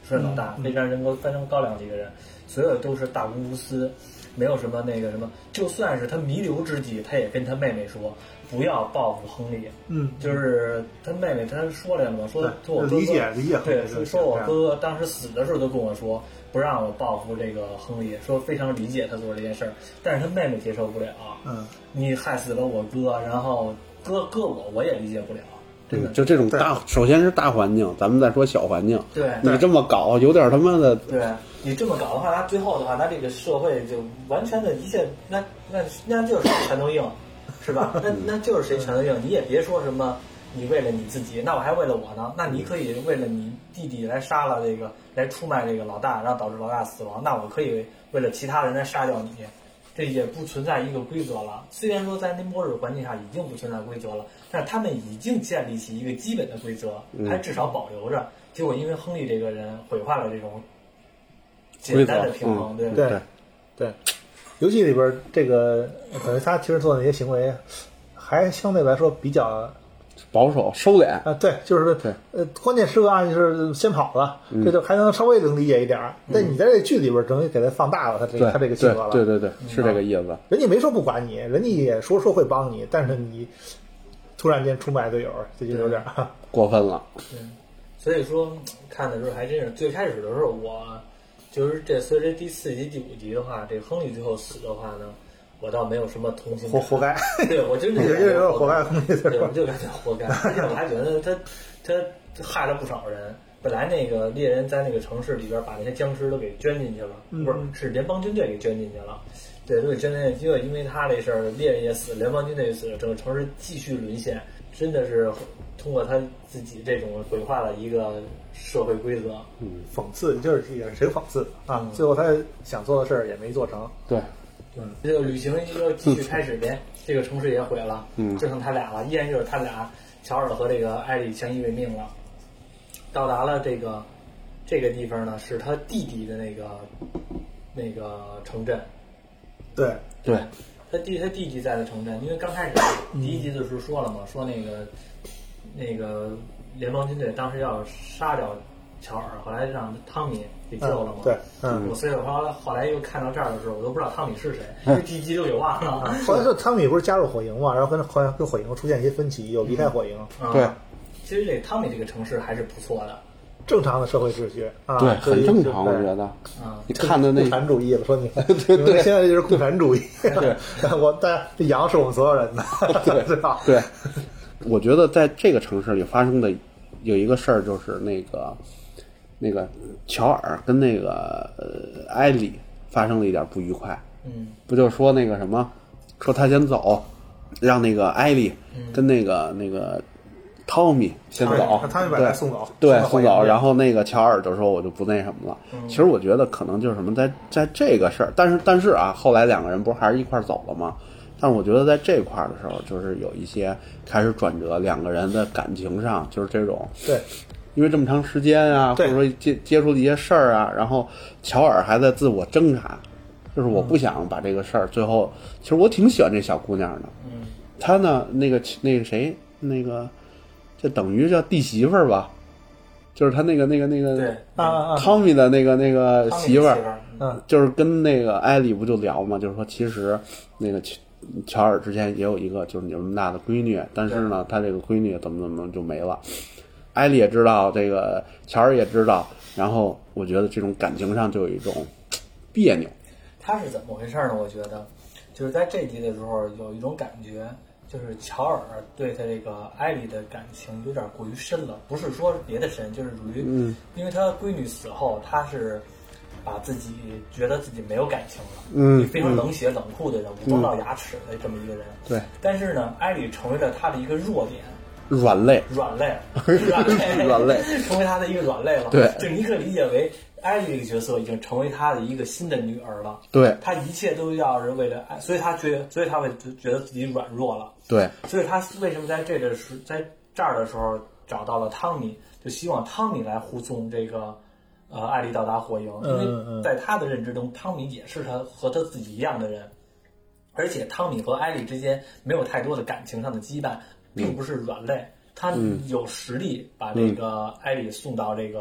是老大，非常人格非常高亮的一个人，所有都是大公无私，没有什么那个什么，就算是他弥留之际，他也跟他妹妹说不要报复亨利。嗯，就是他妹妹他说来了嘛，说说我哥哥理解理解， 对，说说我哥哥当时死的时候都跟我说不让我报复这个亨利，说非常理解他做这件事儿，但是他妹妹接受不了。嗯，你害死了我哥，然后哥哥我我也理解不了。 嗯，就这种大，首先是大环境，咱们再说小环境。 对， 你这么搞，有点他妈的。 对，你这么搞的话，他最后的话，他这个社会就完全的一切，那那那就是全都硬，是吧？那那就是谁全都硬，你也别说什么，你为了你自己，那我还为了我呢？那你可以为了你弟弟来杀了这个，来出卖这个老大，然后导致老大死亡，那我可以为了其他人来杀掉你。这也不存在一个规则了。虽然说在那末日环境下已经不存在规则了，但是他们已经建立起一个基本的规则，还至少保留着。结果因为亨利这个人毁坏了这种简单的平衡，对对对。游戏里边这个等于他其实做的那些行为，还相对来说比较保守收敛啊，对，就是对， 呃，关键时刻啊，就是先跑了，嗯、这就还能稍微能理解一点。但、嗯、你在这剧里边等于给他放大了，他这他这个性格了， 对对对，对是这个意思、嗯。 人家没说不管你，人家也说说会帮你，但是你突然间出卖队友，这就有点过分了。 对，所以说看的时候还真是最开始的时候，我就是这随着第四集、第五集的话，这亨利最后死的话呢。我倒没有什么同情感，活活该。 对，我真的有点活该， 对，我就感觉活该。而且我还觉得他他害了不少人。本来那个猎人在那个城市里边把那些僵尸都给圈进去了， 嗯、 不是是联邦军队给圈进去了。对，都给圈进去。结果因为他这事儿，猎人也死，联邦军队也死了，整个城市继续沦陷。真的是通过他自己这种毁坏了一个社会规则。 嗯，讽刺就是也是讽刺啊、嗯！最后他想做的事儿也没做成。 对。 嗯，这个旅行又继续开始呗，这个城市也毁了，嗯，就剩他俩了，依然就是他俩，乔尔和这个艾莉相依为命了。到达了这个这个地方呢，是他弟弟的那个那个城镇。 对对， 他弟他弟弟在的城镇，因为刚开始第一集的时候说了嘛，说那个那个联邦军队当时要杀掉乔尔，后来让汤米给救了嘛、 嗯？对，嗯， 我所以后来后来又看到这儿的时候，我都不知道汤米是谁，因为第一集都给忘了。 后来是汤米不是加入火营嘛，然后跟好像跟火营出现一些分歧，又离开火营。 嗯、 对， 其实这汤米这个城市还是不错的， 正常的社会秩序啊， 对，很正常，我觉得。 啊， 你看的那共产主义了，说你对对， 现在就是共产主义。 对， 我大家这羊是我们所有人的， 对知道？ 对，我觉得在这个城市里发生的有一个事儿，就是那个。那个乔尔跟那个呃艾莉发生了一点不愉快， 嗯， 不就说那个什么，说他先走，让那个艾莉跟那个、嗯、那个汤米先走， 汤米把他送走， 对，送走，然后那个乔尔就说我就不那什么了。 嗯、 其实我觉得可能就是什么，在在这个事儿，但是但是啊，后来两个人不是还是一块走了吗？但是我觉得在这块的时候，就是有一些开始转折，两个人的感情上就是这种对。 因为这么长时间啊，或者说接接触的一些事儿啊，然后乔尔还在自我挣扎，就是我不想把这个事儿最后，其实我挺喜欢这小姑娘的， 嗯， 她呢，那个那个谁，那个这等于叫弟媳妇儿吧，就是他那个那个那个对啊汤米的那个那个媳妇儿， 嗯， 就是跟那个艾莉不就聊嘛，就是说其实那个乔尔之前也有一个就是这么大的闺女，但是呢，他这个闺女怎么怎么就没了。艾莉也知道，这个乔尔也知道，然后我觉得这种感情上就有一种别扭。 他是怎么回事呢？我觉得就是在这集的时候有一种感觉，就是乔尔对他这个艾莉的感情有点过于深了，不是说别的深，就是属于， 嗯， 因为他闺女死后，他是把自己觉得自己没有感情了， 嗯， 非常冷血冷酷的人，武装到牙齿的这么一个人。 对， 但是呢，艾莉成为了他的一个弱点。 软肋， 软肋，软肋， 软肋， 成为他的一个软肋了。 对， 就你可理解为艾莉这个角色已经成为他的一个新的女儿了。 对， 他一切都要是为了爱，所以他觉，所以他会觉得自己软弱了。 对， 所以他为什么在这个时，在这儿的时候找到了汤米，就希望汤米来护送这个呃艾莉到达火营，因为在他的认知中，汤米也是他和他自己一样的人，而且汤米和艾莉之间没有太多的感情上的羁绊。并不是软肋，他有实力把这个艾莉送到这个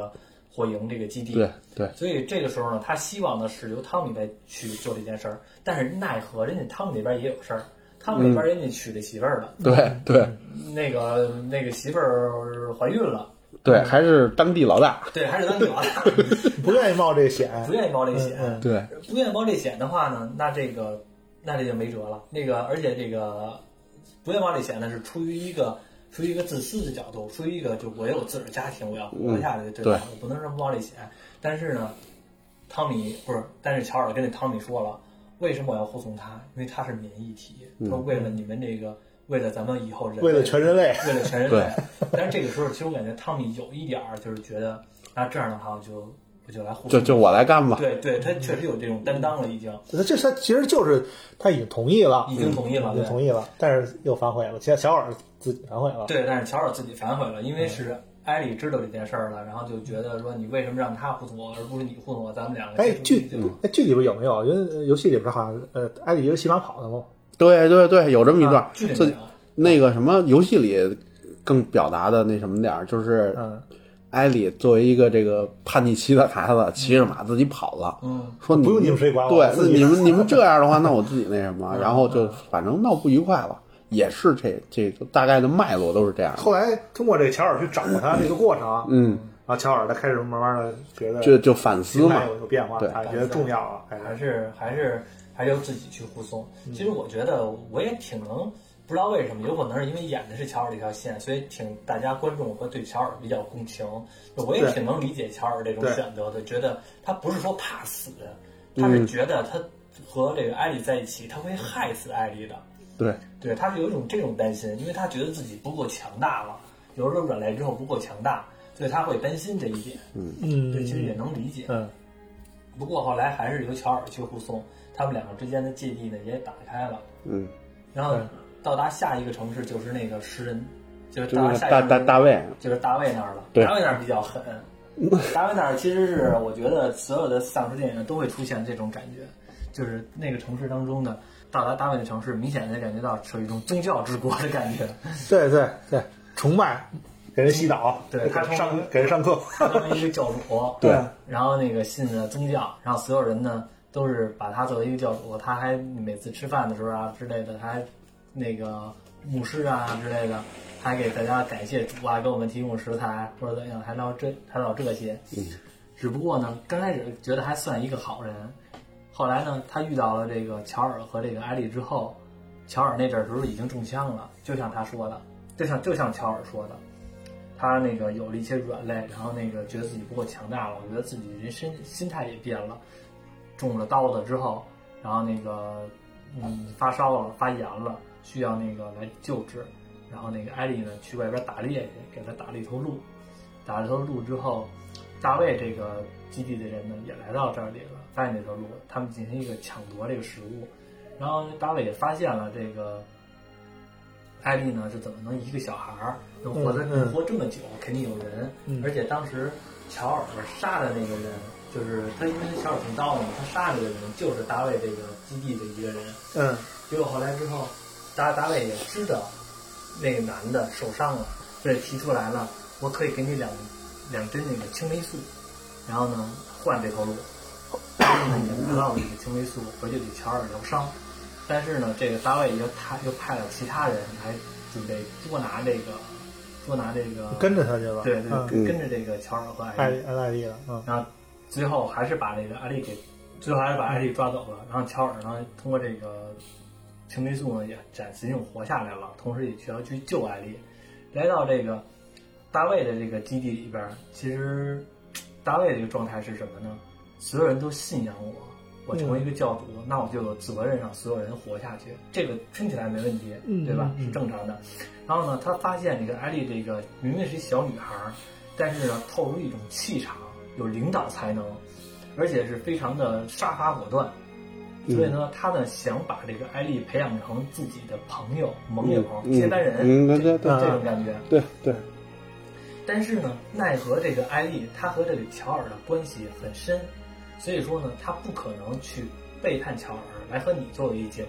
火营这个基地。 对对。 所以这个时候呢，他希望呢是由汤米来去做这件事儿，但是奈何人家汤米那边也有事儿，汤米那边人家娶了媳妇儿了。 嗯、对对。 那个那个媳妇儿怀孕了。 对，还是当地老大。 对，还是当地老大， 不愿意冒这险， 不愿意冒这险。 嗯嗯、 对， 不愿意冒这险的话呢，那这个那这就没辙了。那个，而且这个不愿意冒这险呢，是出于一个出于一个自私的角度，出于一个就我有自个儿家庭，我要活下来， 嗯、 对吧？我不能说不冒这险。但是呢，汤米不是，但是乔尔跟这汤米说了，为什么我要护送他？因为他是免疫体，他说为了你们这个。为了咱们以后人类， 为了全人类， 为了全人类。但是这个时候，其实我感觉汤米有一点儿就是觉得，那这样的话，我就我就来护， 就就我来干吧。 对对，他确实有这种担当了，已经。 这这他其实就是他已经同意了， 已经同意了， 已经同意了，但是又反悔了。其实小尔自己反悔了。 对，但是乔尔自己反悔了，因为是艾莉知道这件事儿了，然后就觉得说你为什么让他护送我，而不是你护送我？咱们两个。 哎，剧哎剧里边有没有？因为游戏里边好像呃，艾莉一个骑马跑的吗？ 对对对，有这么一段。 剧里没有。 那个什么游戏里更表达的那什么点儿，就是艾莉作为一个这个叛逆期的孩子，骑着马自己跑了， 嗯， 说你不用你们谁管我， 对，那你们你们这样的话，那我自己那什么，然后就反正闹不愉快了，也是这这大概的脉络都是这样的。 后来通过这乔尔去找他这个过程， 嗯， 然后乔尔他开始慢慢的觉得就就反思嘛， 有有变化，他觉得重要了， 还是还是还是由自己去护送。其实我觉得我也挺能。不知道为什么，有可能是因为演的是乔尔这条线，所以挺大家观众会对乔尔比较共情。我也挺能理解乔尔这种选择的，觉得他不是说怕死，他是觉得他和这个艾莉在一起，他会害死艾莉的。 对， 对，他是有一种这种担心，因为他觉得自己不够强大了，有时候软肋之后不够强大，所以他会担心这一点。 嗯嗯， 对，其实也能理解。 嗯， 不过后来还是由乔尔去护送，他们两个之间的芥蒂呢也打开了。 嗯， 然后。到达下一个城市就是那个诗人，就是到达下大大大卫， 就是大卫那儿了。大卫那儿比较狠，大卫那儿其实是我觉得所有的丧尸电影都会出现这种感觉，就是那个城市当中的到达大卫的城市，明显的感觉到是一种宗教之国的感觉。 对对对，崇拜，给人洗脑， 对他上给人上课， 他成为一个教主， 对， 然后那个信了宗教，然后所有人呢都是把他作为一个教主，他还每次吃饭的时候啊之类的，他还。那个牧师啊之类的，还给大家感谢主啊，给我们提供食材或者怎样，还聊这还聊这些。 嗯， 只不过呢，刚开始觉得还算一个好人，后来呢，他遇到了这个乔尔和这个艾莉之后，乔尔那阵儿时候已经中枪了，就像他说的，就像就像乔尔说的，他那个有了一些软肋，然后那个觉得自己不够强大了，我觉得自己人身心态也变了，中了刀子之后，然后那个嗯发烧了，发炎了。需要那个来救治，然后那个艾莉呢去外边打猎去，给他打了一头鹿，打了一头鹿之后，大卫这个基地的人呢也来到这里了，发现这头鹿，他们进行一个抢夺这个食物，然后大卫也发现了这个艾莉呢是怎么能一个小孩儿能活得、嗯、能活这么久，肯定有人、 嗯， 而且当时乔尔杀的那个人，就是他因为乔尔从刀了嘛，他杀这个人就是大卫这个基地的一个人， 嗯， 结果后来之后。大大卫也知道那个男的受伤了，所以提出来了，我可以给你两两针那个青霉素，然后呢换这头鹿。大卫呢也拿到了这个青霉素，回去给乔尔疗伤。但是呢，这个大卫又他又派了其他人来准备捉拿这个捉拿这个跟着他去了， 对对， 嗯、 跟跟着这个乔尔和艾丽艾丽了，嗯， 然后最后还是把这个艾丽给，最后还是把艾丽抓走了。然后乔尔呢通过这个。青霉素呢也暂时性活下来了，同时也需要去救艾丽。来到这个大卫的这个基地里边，其实大卫这个状态是什么呢？所有人都信仰我，我成为一个教主，嗯、那我就有责任让所有人活下去。这个听起来没问题， 嗯、 对吧？ 嗯、 是正常的。然后呢，他发现这个艾丽这个明明是一小女孩，但是呢透露一种气场，有领导才能，而且是非常的杀伐果断。所以呢，他呢想把这个艾丽培养成自己的朋友、盟友、接班人， 嗯，对对对， 这种感觉， 对对。 但是呢，奈何这个艾丽她和这个乔尔的关系很深，所以说呢，她不可能去背叛乔尔来和你作为结盟，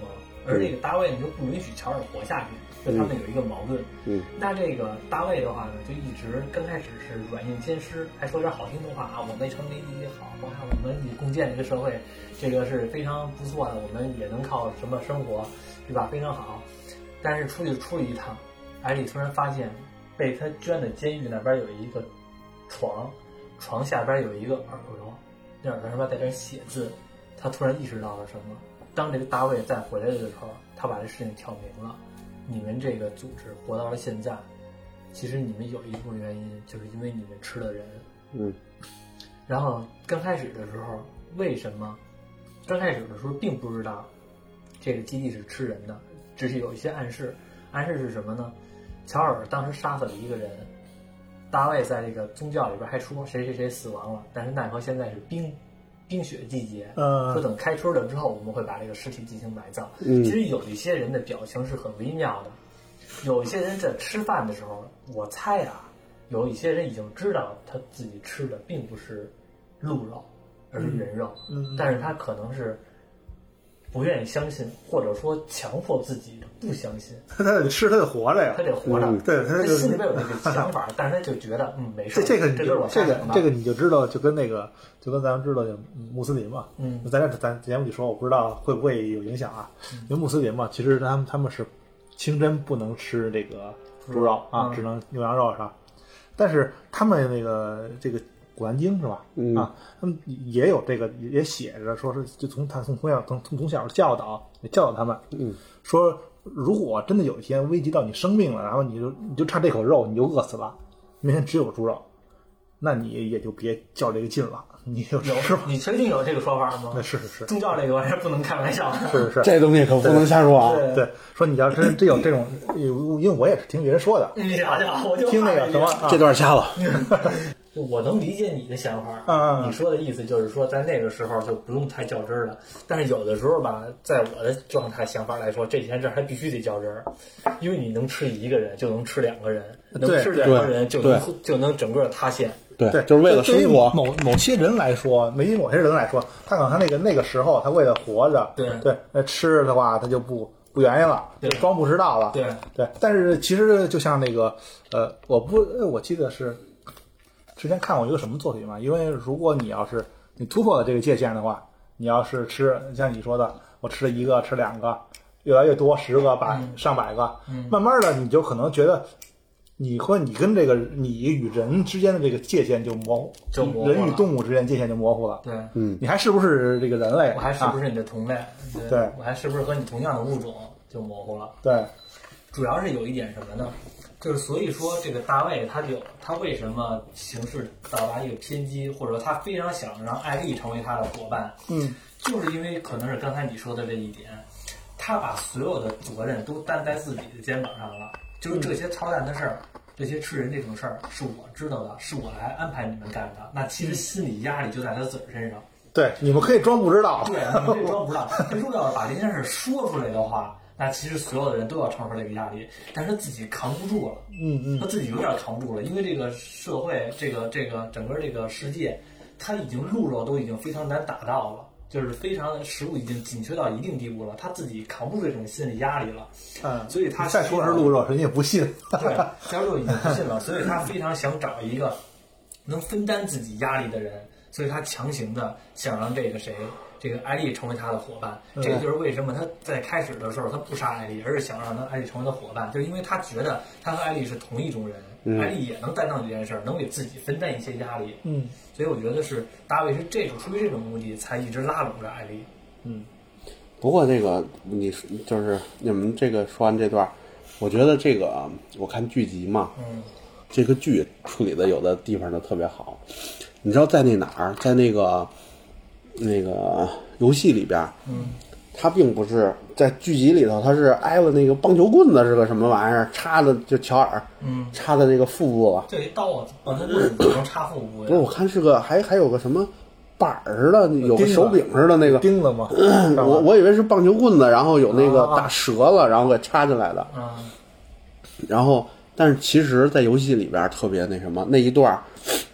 而这个大卫呢就不允许乔尔活下去，就他们有一个矛盾。 嗯， 那这个大卫的话呢，就一直刚开始是软硬兼施，还说点好听的话啊，我们成立第一好，哇，我们以共建这个社会，这个是非常不错的，我们也能靠什么生活，对吧？非常好。但是出去出了一趟，艾丽突然发现被他圈的监狱那边有一个床，床下边有一个耳朵，那耳朵上面在这写字。他突然意识到了什么？当这个大卫再回来的时候，他把这事情挑明了。你们这个组织活到了现在，其实你们有一部分原因就是因为你们吃了人。 嗯。 然后刚开始的时候，为什么？刚开始的时候并不知道这个基地是吃人的，只是有一些暗示。暗示是什么呢？乔尔当时杀死了一个人，大卫在这个宗教里边还说谁谁谁死亡了，但是奈何现在是冰。冰雪季节，说等开春了之后，我们会把这个尸体进行埋葬。 嗯、 其实有一些人的表情是很微妙的，有一些人在吃饭的时候，我猜啊，有一些人已经知道他自己吃的并不是鹿肉，而是人肉， 嗯、 但是他可能是不愿意相信，或者说强迫自己不相信。 他得吃，他得活着呀， 他得活着。 嗯、对， 他就心里边有这个想法，但是他就觉得嗯没事。 这这个这个这个这个你就知道，就跟那个就跟咱们知道的穆斯林嘛， 嗯， 咱这咱节目里说，我不知道会不会有影响啊。 嗯、 因为穆斯林嘛，其实他们他们是清真不能吃这个猪肉啊， 嗯、 只能牛羊肉是吧？但是他们那个这个。古兰经是吧？ 嗯、 啊，他们也有这个，也写着说是就从他从从小从从从小教导教导他们， 嗯， 说如果真的有一天危及到你生命了，然后你就你就差这口肉，你就饿死了，明天只有猪肉，那你也就别较这个劲了，你就吃吧。 你确定有这个说法吗？ 那是是是， 宗教这个玩意儿不能开玩笑， 是是， 这东西可不能瞎说啊。 对，对说你要真真有这种，因为我也是听别人说的， 你瞧瞧，我就听那个什么， 啊、这段掐了。 我能理解你的想法， 嗯、 你说的意思就是说，在那个时候就不用太较真儿了。但是有的时候吧，在我的状态想法来说，这件事还必须得较真儿，因为你能吃一个人，就能吃两个人，能吃两个人就能就能整个塌陷。 对，就是为了生活。 某某些人来说，对于某些人来说，他可能他那个那个时候，他为了活着， 对对，那吃的话，他就不不原因了，就装不知道了。 对对，但是其实就像那个呃，我不，我记得是。之前看过一个什么作品嘛？因为如果你要是你突破了这个界限的话，你要是吃像你说的，我吃一个吃两个，越来越多，十个、百、 嗯、 上百个， 嗯、 慢慢的你就可能觉得，你和你跟这个你与人之间的这个界限就模糊， 就模糊人与动物之间界限就模糊了。 对， 嗯， 你还是不是这个人类？ 我还是不是你的同类？ 啊、 对， 对我还是不是和你同样的物种就模糊了？ 对， 主要是有一点什么呢？就是所以说，这个大卫他就他为什么行事到达一个偏激，或者说他非常想让艾丽成为他的伙伴， 嗯， 就是因为可能是刚才你说的这一点，他把所有的责任都担在自己的肩膀上了。就是这些操蛋的事儿，嗯、这些吃人这种事儿是我知道的，是我来安排你们干的。那其实心理压力就在他自己身上。 对，你们可以装不知道。 对，你们可以装不知道。他如果要是把这件事说出来的话。那其实所有的人都要承受这个压力，但是他自己扛不住了， 嗯嗯， 他自己有点扛不住了，因为这个社会，这个这个整个这个世界，他已经鹿肉都已经非常难打到了，就是非常食物已经紧缺到一定地步了，他自己扛不住这种心理压力了， 嗯， 所以他再说是鹿肉，人家也不信， 对，加入已经不信了，所以他非常想找一个能分担自己压力的人，所以他强行的想让这个谁。这个艾丽成为他的伙伴，这个就是为什么他在开始的时候他不杀艾丽，而是想让他艾丽成为他的伙伴，就是因为他觉得他和艾丽是同一种人， 嗯、 艾丽也能担当这件事儿，能给自己分担一些压力。 嗯， 所以我觉得是大卫是这种出于这种目的才一直拉拢着艾丽。 嗯， 不过这个你就是你们这个说完这段，我觉得这个我看剧集嘛， 嗯， 这个剧处理的有的地方都特别好。你知道在那哪儿，在那个。那个游戏里边， 嗯， 他并不是在剧集里头，他是挨了那个棒球棍子是个什么玩意儿，插的就乔尔， 嗯， 插的那个腹部了。 这一刀啊，棒球棍子能插腹部呀？ 不是，我看是个还还有个什么板儿似的，有个手柄似的那个钉子吗？ 我我以为是棒球棍子，然后有那个打折了，然后给插进来的。 嗯， 然后但是其实，在游戏里边特别那什么那一段。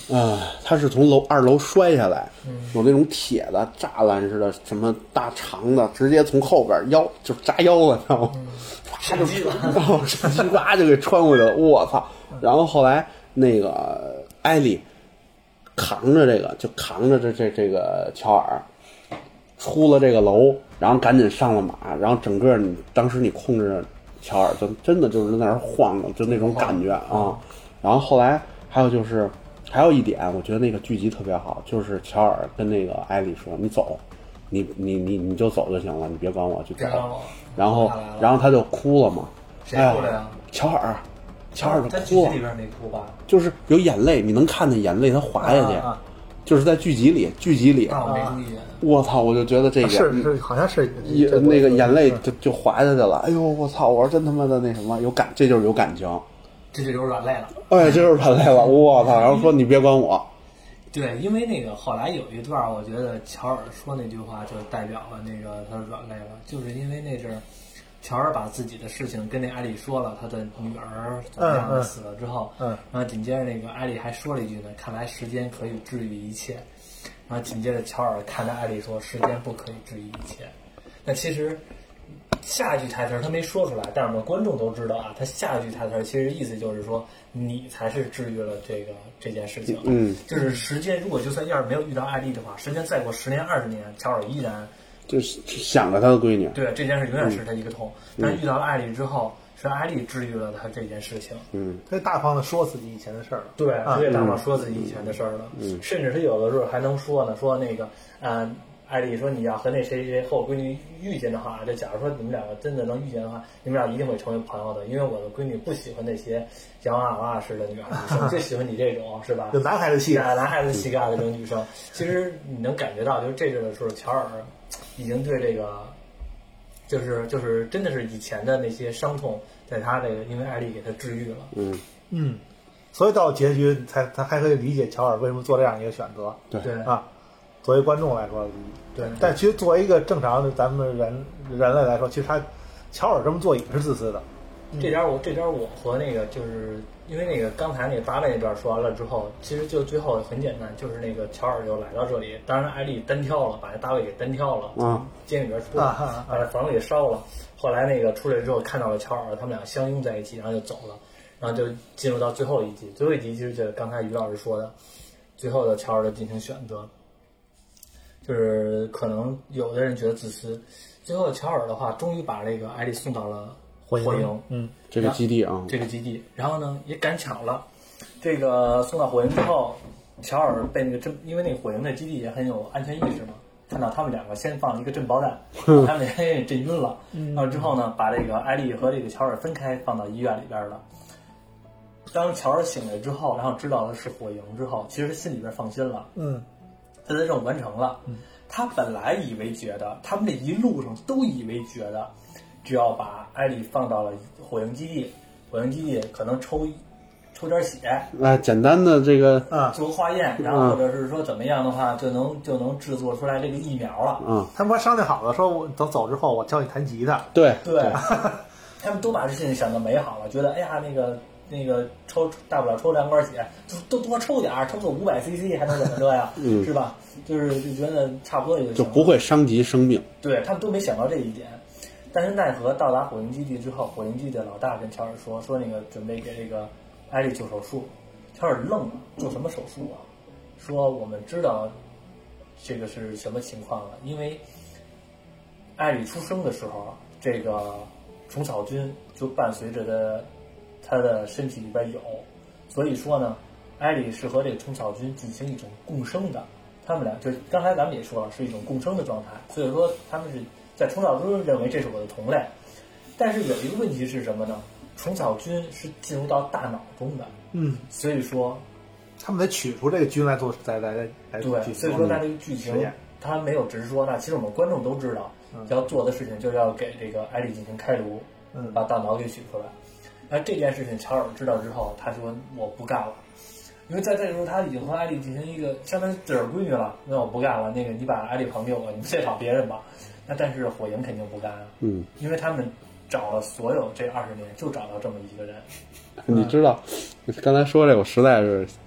啊，他是从楼二楼摔下来，有那种铁的栅栏似的，什么大长的，直接从后边腰就扎腰了，知道吗？唰就神机呱就给穿过去了，我操！然后后来那个艾莉扛着这个，就扛着这这这个乔尔出了这个楼，然后赶紧上了马，然后整个你当时你控制乔尔，就真的就是在那儿晃悠，就那种感觉啊。然后后来还有就是。还有一点，我觉得那个剧集特别好，就是乔尔跟那个艾莉说：“你走，你你你你就走就行了，你别管我，就走。”然后然后他就哭了嘛。 谁哭了呀？ 乔尔，乔尔就哭了。 在剧集里边没哭吧？ 就是有眼泪，你能看见眼泪他滑下去，就是在剧集里，剧集里。 我没注意。 我操！我就觉得这个是是好像是那个眼泪就就滑下去了。哎呦，我操！我说真他妈的那什么，有感，这就是有感情。 这就有软肋了， 哎，这就是软肋了，我操！然后说你别管我。 对，因为那个后来有一段，我觉得乔尔说那句话就代表了那个他的软肋了，就是因为那阵儿，乔尔把自己的事情跟那艾莉说了，他的女儿怎么样的死了之后， 嗯， 然后紧接着那个艾莉还说了一句呢，看来时间可以治愈一切，然后紧接着乔尔看着艾莉说，时间不可以治愈一切。那其实。下一句台词他没说出来，但是我们观众都知道啊，他下一句台词其实意思就是说，你才是治愈了这个这件事情。 嗯， 就是时间，如果就算要是没有遇到艾莉的话，时间再过十年二十年，乔尔依然就是想着他的闺女。 对，这件事永远是他一个痛。嗯、但是遇到了艾莉之后，是艾莉治愈了他这件事情。 嗯， 他大方的说自己以前的事儿了。 对，他也大方说自己以前的事儿了。嗯，甚至他有的时候还能说呢，说那个，嗯。艾莉说：“你要和那谁谁和我闺女遇见的话，就假如说你们两个真的能遇见的话，你们俩一定会成为朋友的。因为我的闺女不喜欢那些洋娃娃式的女孩女生，最喜欢你这种，是吧？ 有男孩子气概、 男孩子气概的这种女生。其实你能感觉到，就是这阵的时候，乔尔已经对这个，就是就是真的是以前的那些伤痛，在他这个因为艾莉给他治愈了。 嗯嗯，所以到结局才他还可以理解乔尔为什么做这样一个选择。 对对啊。”作为观众来说， 对， 但其实作为一个正常的咱们人人类来说，其实他乔尔这么做也是自私的。 这点我这点我和那个就是因为那个刚才那个八位那段说完了之后，其实就最后很简单，就是那个乔尔就来到这里，当然艾莉单挑了，把那大卫给单挑了， 嗯， 监狱里边出来， 啊、 把这房子给烧了。后来那个出来之后看到了乔尔，他们俩相拥在一起，然后就走了，然后就进入到最后一集。最后一集其实就是刚才于老师说的，最后的乔尔的进行选择。就是可能有的人觉得自私，最后乔尔的话终于把这个艾莉送到了火营， 嗯，这个基地啊， 这个基地，然后呢也赶巧了，这个送到火营之后，乔尔被那个震，因为那个火营的基地也很有安全意识嘛，看到他们两个先放了一个震爆弹，他们俩也震晕了，然后之后呢把这个艾莉和这个乔尔分开放到医院里边了。当乔尔醒来之后，然后知道他是火营之后，其实心里边放心了， 嗯。 他的任务完成了，他本来以为觉得他们这一路上都以为觉得，只要把艾莉放到了火营基地，火营基地可能抽抽点血， 哎，简单的这个啊做个化验，然后或者是说怎么样的话，就能就能制作出来这个疫苗了。 嗯， 他们商量好了，说我等走之后，我教你弹吉他。 对对，他们都把这事情想得美好了，觉得哎呀那个。那个抽大不了抽两管血，都多抽点儿，抽个五百 C C 还能怎么着呀？ 嗯， 是吧？就是就觉得差不多也就就不会伤及生命。 对他们都没想到这一点，但是奈何到达火营基地之后，火营基地的老大跟乔尔说说那个准备给这个艾莉做手术，乔尔愣了，做什么手术啊？说我们知道这个是什么情况了，因为艾莉出生的时候，这个虫草菌就伴随着的。他的身体里边有，所以说呢，艾莉是和这个虫草菌进行一种共生的，他们俩就刚才咱们也说了，是一种共生的状态，所以说他们是在虫草菌认为这是我的同类，但是有一个问题是什么呢？虫草菌是进入到大脑中的， 嗯， 所以说他们得取出这个菌来做，来来来对，所以说那这个剧情他没有只是说，那其实我们观众都知道， 嗯、 要做的事情就是要给这个艾莉进行开颅， 嗯， 把大脑给取出来。那这件事情乔尔知道之后，他说我不干了，因为在这个时候他已经和艾莉进行一个相当于自个儿闺女了，那我不干了，那个你把艾莉还给我，你们再找别人吧。那但是火营肯定不干啊， 嗯， 因为他们找了所有这二十年，就找到这么一个人。 你知道，刚才说这我实在是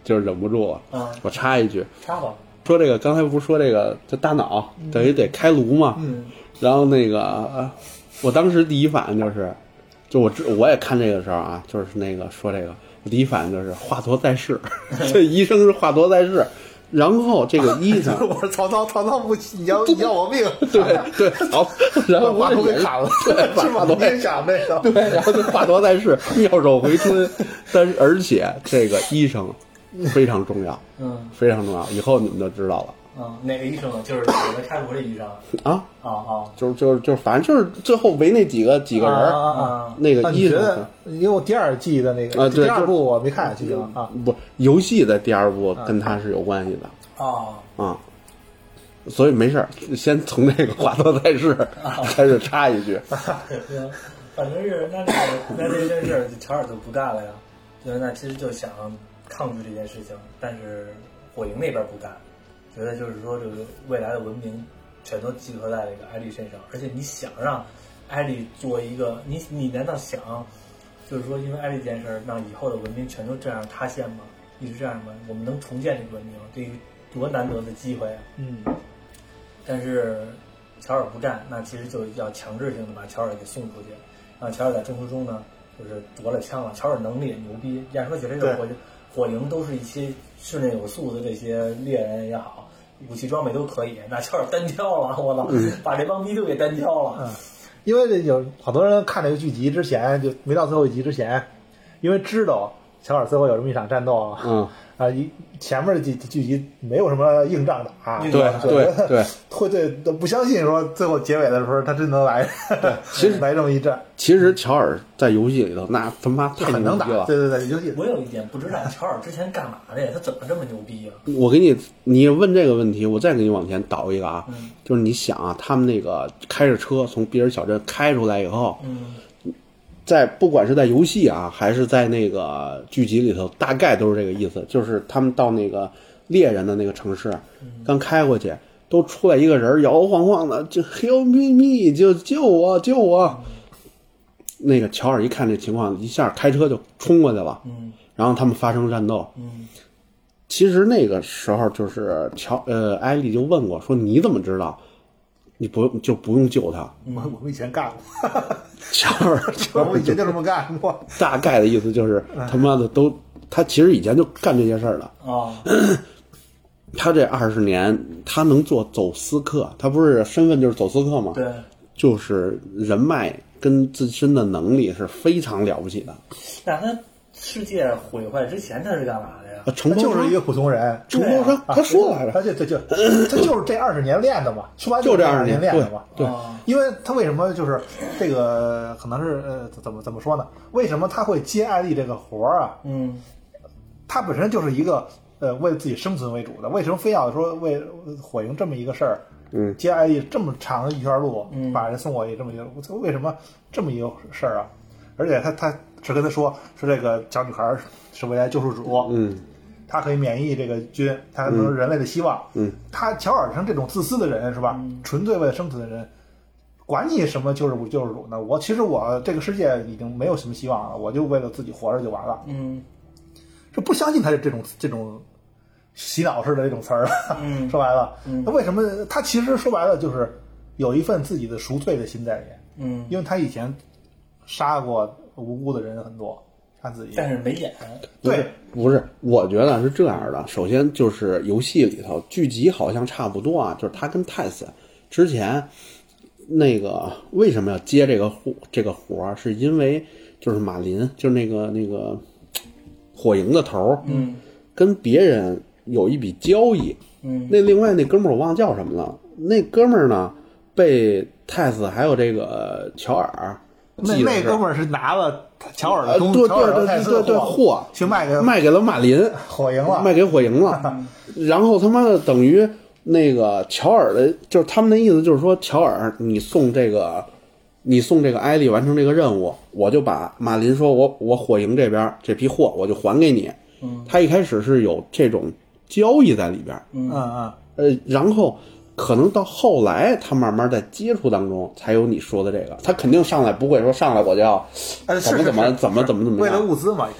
就忍不住了。 嗯， 我插一句， 插吧。 说这个刚才不是说这个这大脑等于得开颅嘛？ 嗯。 然后那个，呃、我当时第一反应就是，就我我也看这个时候啊，就是那个说这个，我第一反应就是华佗在世，这医生是华佗在世。然后这个医生， 我说曹操，曹操不，你要你要我命， 对对，曹，然后华佗给砍了， 对， 华佗给砍那个， 对，然后就华佗在世，妙手回春，但是而且这个医生非常重要， 嗯， 非常重要，以后你们就知道了。 嗯，哪个医生呢？就是我们开颅这医生啊啊啊， 就是就是就是，反正就是最后围那几个几个人啊啊， 那个医生， 因为我第二季的那个啊， 第二部我没看剧情啊， 不，游戏的第二部跟他是有关系的啊啊，所以没事儿，先从这个华佗在世开始插一句， 行，反正是那这个那这件事乔尔就不干了呀，就是那其实就想抗拒这件事情，但是火营那边不干。觉得就是说，这个未来的文明全都集合在这个艾丽身上，而且你想让艾丽做一个，你你难道想，就是说因为艾丽这件事让以后的文明全都这样塌陷吗？一直这样吗？我们能重建这个文明，这个多难得的机会啊！ 嗯， 但是乔尔不干，那其实就要强制性的把乔尔给送出去。啊，乔尔在征途中呢，就是夺了枪了。乔尔能力也牛逼，按说起来这火火营都是一些训练有素的这些猎人也好。武器装备都可以，那乔尔单挑了，我操，嗯、把这帮逼都给单挑了。 嗯，因为这有好多人看这个剧集之前，就没到最后一集之前，因为知道乔尔最后有这么一场战斗， 嗯啊，一前面的剧剧集没有什么硬仗打， 对对对， 会对都不相信说最后结尾的时候他真能来， 对，其实来这么一战。 其实乔尔在游戏里头那他妈太很能打，对对对，游戏。 我有一点不知道乔尔之前干嘛的呀？他怎么这么牛逼呀？ 我给你，你问这个问题，我再给你往前倒一个啊， 嗯、 就是你想啊，他们那个开着车从比尔小镇开出来以后， 嗯。 在不管是在游戏啊，还是在那个剧集里头，大概都是这个意思。就是他们到那个猎人的那个城市， 嗯、 刚开过去，都出来一个人，摇摇晃晃的，就 help me， 就救我，救我。嗯、那个乔尔一看这情况，一下开车就冲过去了。 嗯， 然后他们发生战斗。 嗯， 其实那个时候就是乔呃艾丽就问过，说你怎么知道？你不用就不用救他。 我我们以前干过。 乔尔， 我们以前就这么干过。 大概的意思就是他妈的都，他其实以前就干这些事儿的。 哦。 他这二十年，他能做走私客，他不是身份就是走私客吗？ 对。 就是人脉跟自身的能力是非常了不起的。 那他世界毁坏之前他是干嘛的呀？ 他就是一个普通人， 承包商，他说来着， 他就就就他就是这二十年练的嘛，说白了就这二十年练的嘛。 对， 因为他为什么就是这个可能是呃怎么怎么说呢？为什么他会接艾丽这个活儿啊？ 嗯， 他本身就是一个呃为自己生存为主的，为什么非要说为火营这么一个事儿？ 嗯， 接艾丽这么长的一圈路， 嗯， 把人送过去这么一个，为什么这么一个事儿啊？而且他他是跟他说说这个小女孩是未来救世主， 嗯， 他可以免疫这个菌，他能是人类的希望， 嗯， 他乔尔成这种自私的人是吧？ 嗯、 纯粹为了生存的人，管你什么救世主救世主呢？我其实我这个世界已经没有什么希望了，我就为了自己活着就完了， 嗯， 是不相信他是这种这种。洗脑式的这种词儿， 嗯， 说白了， 嗯， 那为什么他其实说白了就是有一份自己的赎罪的心在里面， 嗯， 因为他以前杀过无辜的人很多，他自己， 但是没演， 对， 不是，我觉得是这样的。首先就是游戏里头，剧集好像差不多啊，就是他跟泰斯之前那个为什么要接这个活这个活，是因为就是马林，就是那个那个火营的头， 嗯， 跟别人。有一笔交易， 嗯， 那另外那哥们儿我忘了叫什么了。那哥们儿呢，被泰斯还有这个乔尔， 那那哥们儿是拿了乔尔的东西， 对对对对对对货去卖给卖给了马林， 火营了， 卖给火营了。然后他妈的等于那个乔尔的，就是他们的意思就是说，乔尔你送这个，你送这个艾丽完成这个任务，我就把马林说我我火营这边这批货我就还给你。 嗯， 他一开始是有这种。交易在里边， 嗯嗯， 呃，然后可能到后来，他慢慢在接触当中，才有你说的这个。他肯定上来不会说上来我就要怎么怎么怎么怎么怎么为了物资嘛，一开始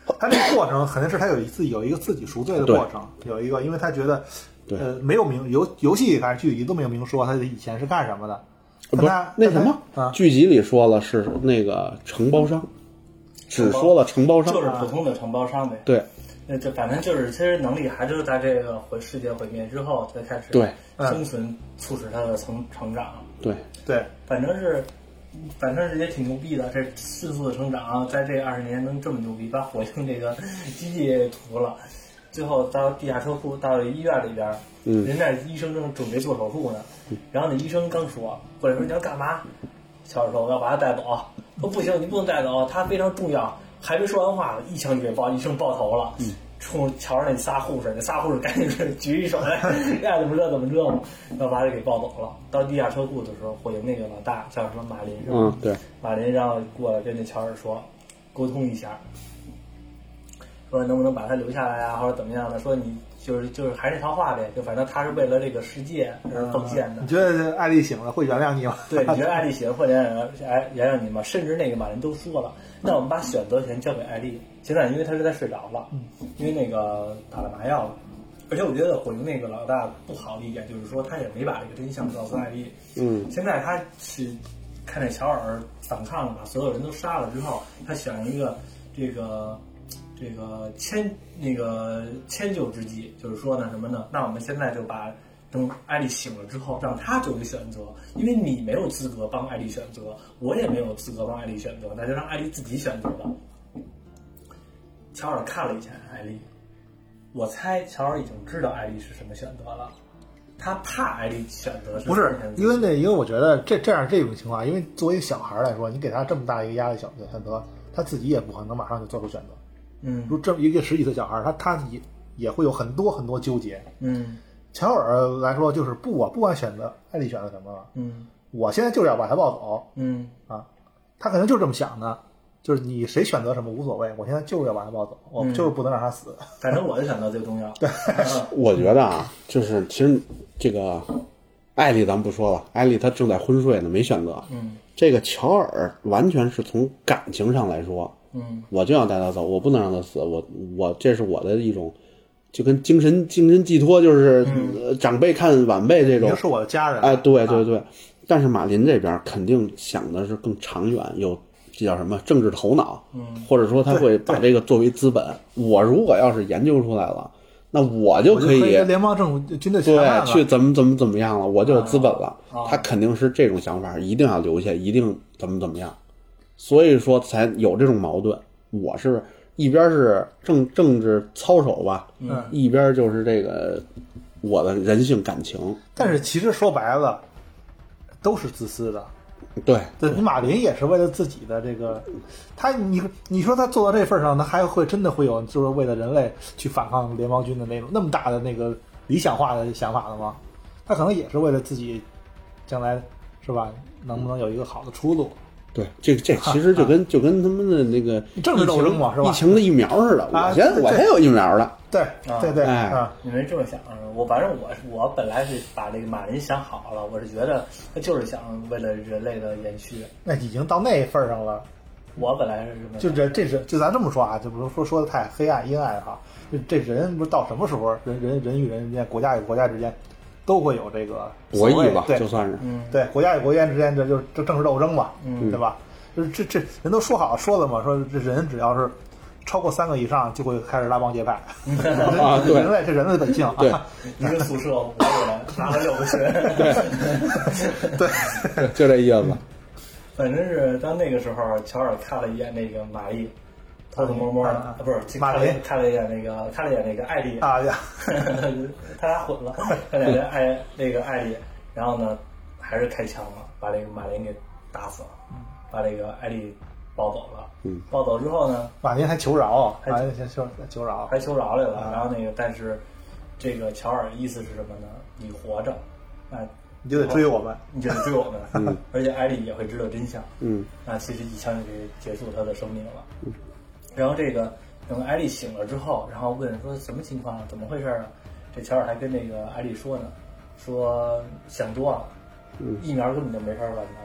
他这个过程肯定是他有自己有一个自己赎罪的过程，有一个，因为他觉得，呃，没有明游游戏还是剧里都没有明说他以前是干什么的。 不是那什么、啊，剧集里说了是那个承包商，只说了承包商， 就是普通的承包商呗。 对， 那就反正就是其实能力还是在这个毁世界毁灭之后才开始对生存，促使他的成成长。 对对， 反正是。反正是也挺牛逼的，这迅速的成长，在这二十年能这么牛逼，把火星这个基地也屠了，最后到地下车库，到医院里边，嗯，人家医生正准备做手术呢，嗯、然后那医生刚说，过来说你要干嘛？乔尔说我要把他带走，说不行，你不能带走，他非常重要。还没说完话，一枪就给爆，医生爆头了。嗯，冲瞧着那仨护士，那仨护士赶紧是举一手来，爱怎么热怎么热嘛，要把他给抱走了。到地下车库的时候，火影那个老大叫什么马林是吧？ 嗯，对， 马林然后过来跟那乔尔说，沟通一下，说能不能把他留下来啊，或者怎么样的？说你就是就是还是套话呗，就反正他是为了这个世界而奉献的。 嗯、你觉得艾丽醒了会原谅你吗？ 对，你觉得艾丽醒了会原谅哎原谅你吗？甚至那个马林都说了，那我们把选择权交给艾丽。现在因为他实在睡着了，因为那个打了麻药了，而且我觉得火影那个老大不好的一点就是说他也没把这个真相告诉艾丽。 嗯， 现在他是看见乔尔反抗了，把所有人都杀了之后，他选一个这个这个迁那个迁就之计，就是说呢什么呢？那我们现在就把等艾丽醒了之后，让他做个选择，因为你没有资格帮艾丽选择，我也没有资格帮艾丽选择，那就让艾丽自己选择吧。乔尔看了一眼艾丽，我猜乔尔已经知道艾丽是什么选择了，他怕艾丽选择是不是因为那因为我觉得这这样这种情况，因为作为一个小孩来说，你给他这么大一个压力小选择，他自己也不可能马上就做出选择。 嗯， 如这么一个十几岁小孩，他他也也会有很多很多纠结。 嗯， 乔尔来说就是不，我不管选择艾丽选择什么了， 嗯， 我现在就是要把他抱走。 嗯啊，他可能就这么想的。就是你谁选择什么无所谓，我现在就是要把他抱走，我就是不能让他死。 嗯、反正我的选择最重要。 对， 我觉得啊，就是其实这个艾丽咱不说了，艾丽她正在昏睡呢，没选择。 嗯， 这个乔尔完全是从感情上来说， 嗯， 我就要带他走，我不能让他死，我我这是我的一种，就跟精神精神寄托，就是、 嗯呃、长辈看晚辈这种， 你是我的家人。 哎、呃，对对对、啊，但是马林这边肯定想的是更长远，有。这叫什么政治头脑， 嗯， 或者说他会把这个作为资本。我如果要是研究出来了，那我就可以联邦政府军队对去怎么怎么怎么样了，我就有资本了。 啊、 他肯定是这种想法，一定要留下，一定怎么怎么样，所以说才有这种矛盾。我是一边是政政治操守吧， 嗯， 一边就是这个我的人性感情。 但是其实说白了，都是自私的。 对对，马林也是为了自己的这个，他你你说他做到这份上，他还会真的会有就是为了人类去反抗联邦军的那种那么大的那个理想化的想法的吗？他可能也是为了自己将来是吧，能不能有一个好的出路？ 对，这这其实就跟、啊、就跟他们的那个政治斗争嘛，是吧？ 疫情的疫苗似的， 啊、 我先我先有疫苗了。 对对对， 哎、 啊， 你们这么想，我反正我我本来是把这个马林想好了，我是觉得他就是想为了人类的延续。 那已经到那份上了。 我本来是这么就这这是就咱这么说啊，就不是说说的太黑暗阴暗哈。这这人不是到什么时候，人人人与人之间，国家与国家之间，都会有这个博弈吧， 对， 就算是， 嗯， 对，国家与国家之间这就这政治斗争嘛， 嗯， 对吧？就是这这人都说好说了嘛，说这人只要是超过三个以上，就会开始拉帮结派。 啊，对， 人类这人类的本性。 对， 一个宿舍五个人，拿了六个学。 对，对， 就这意思。 反正是当那个时候，乔尔看了一眼那个玛丽，偷偷摸摸的，啊，不是玛丽， 看了一眼那个，看了一眼那个艾丽啊呀， 他俩混了，看了一眼艾那个艾丽，然后呢，还是开枪了，把这个马林给打死了，把这个艾丽抱走了。 嗯， 抱走之后呢， 马林还求饶，还求求饶， 还求饶来了。然后那个，但是这个乔尔意思是什么呢？你活着，啊。 你就得追我们， 你就得追我们， 嗯、 而且艾丽也会知道真相。 嗯， 那其实一枪就给结束他的生命了。嗯，然后这个等艾丽醒了之后，然后问说什么情况，怎么回事啊？这乔尔还跟那个艾丽说呢，说想多了， 嗯， 疫苗根本就没法完成了。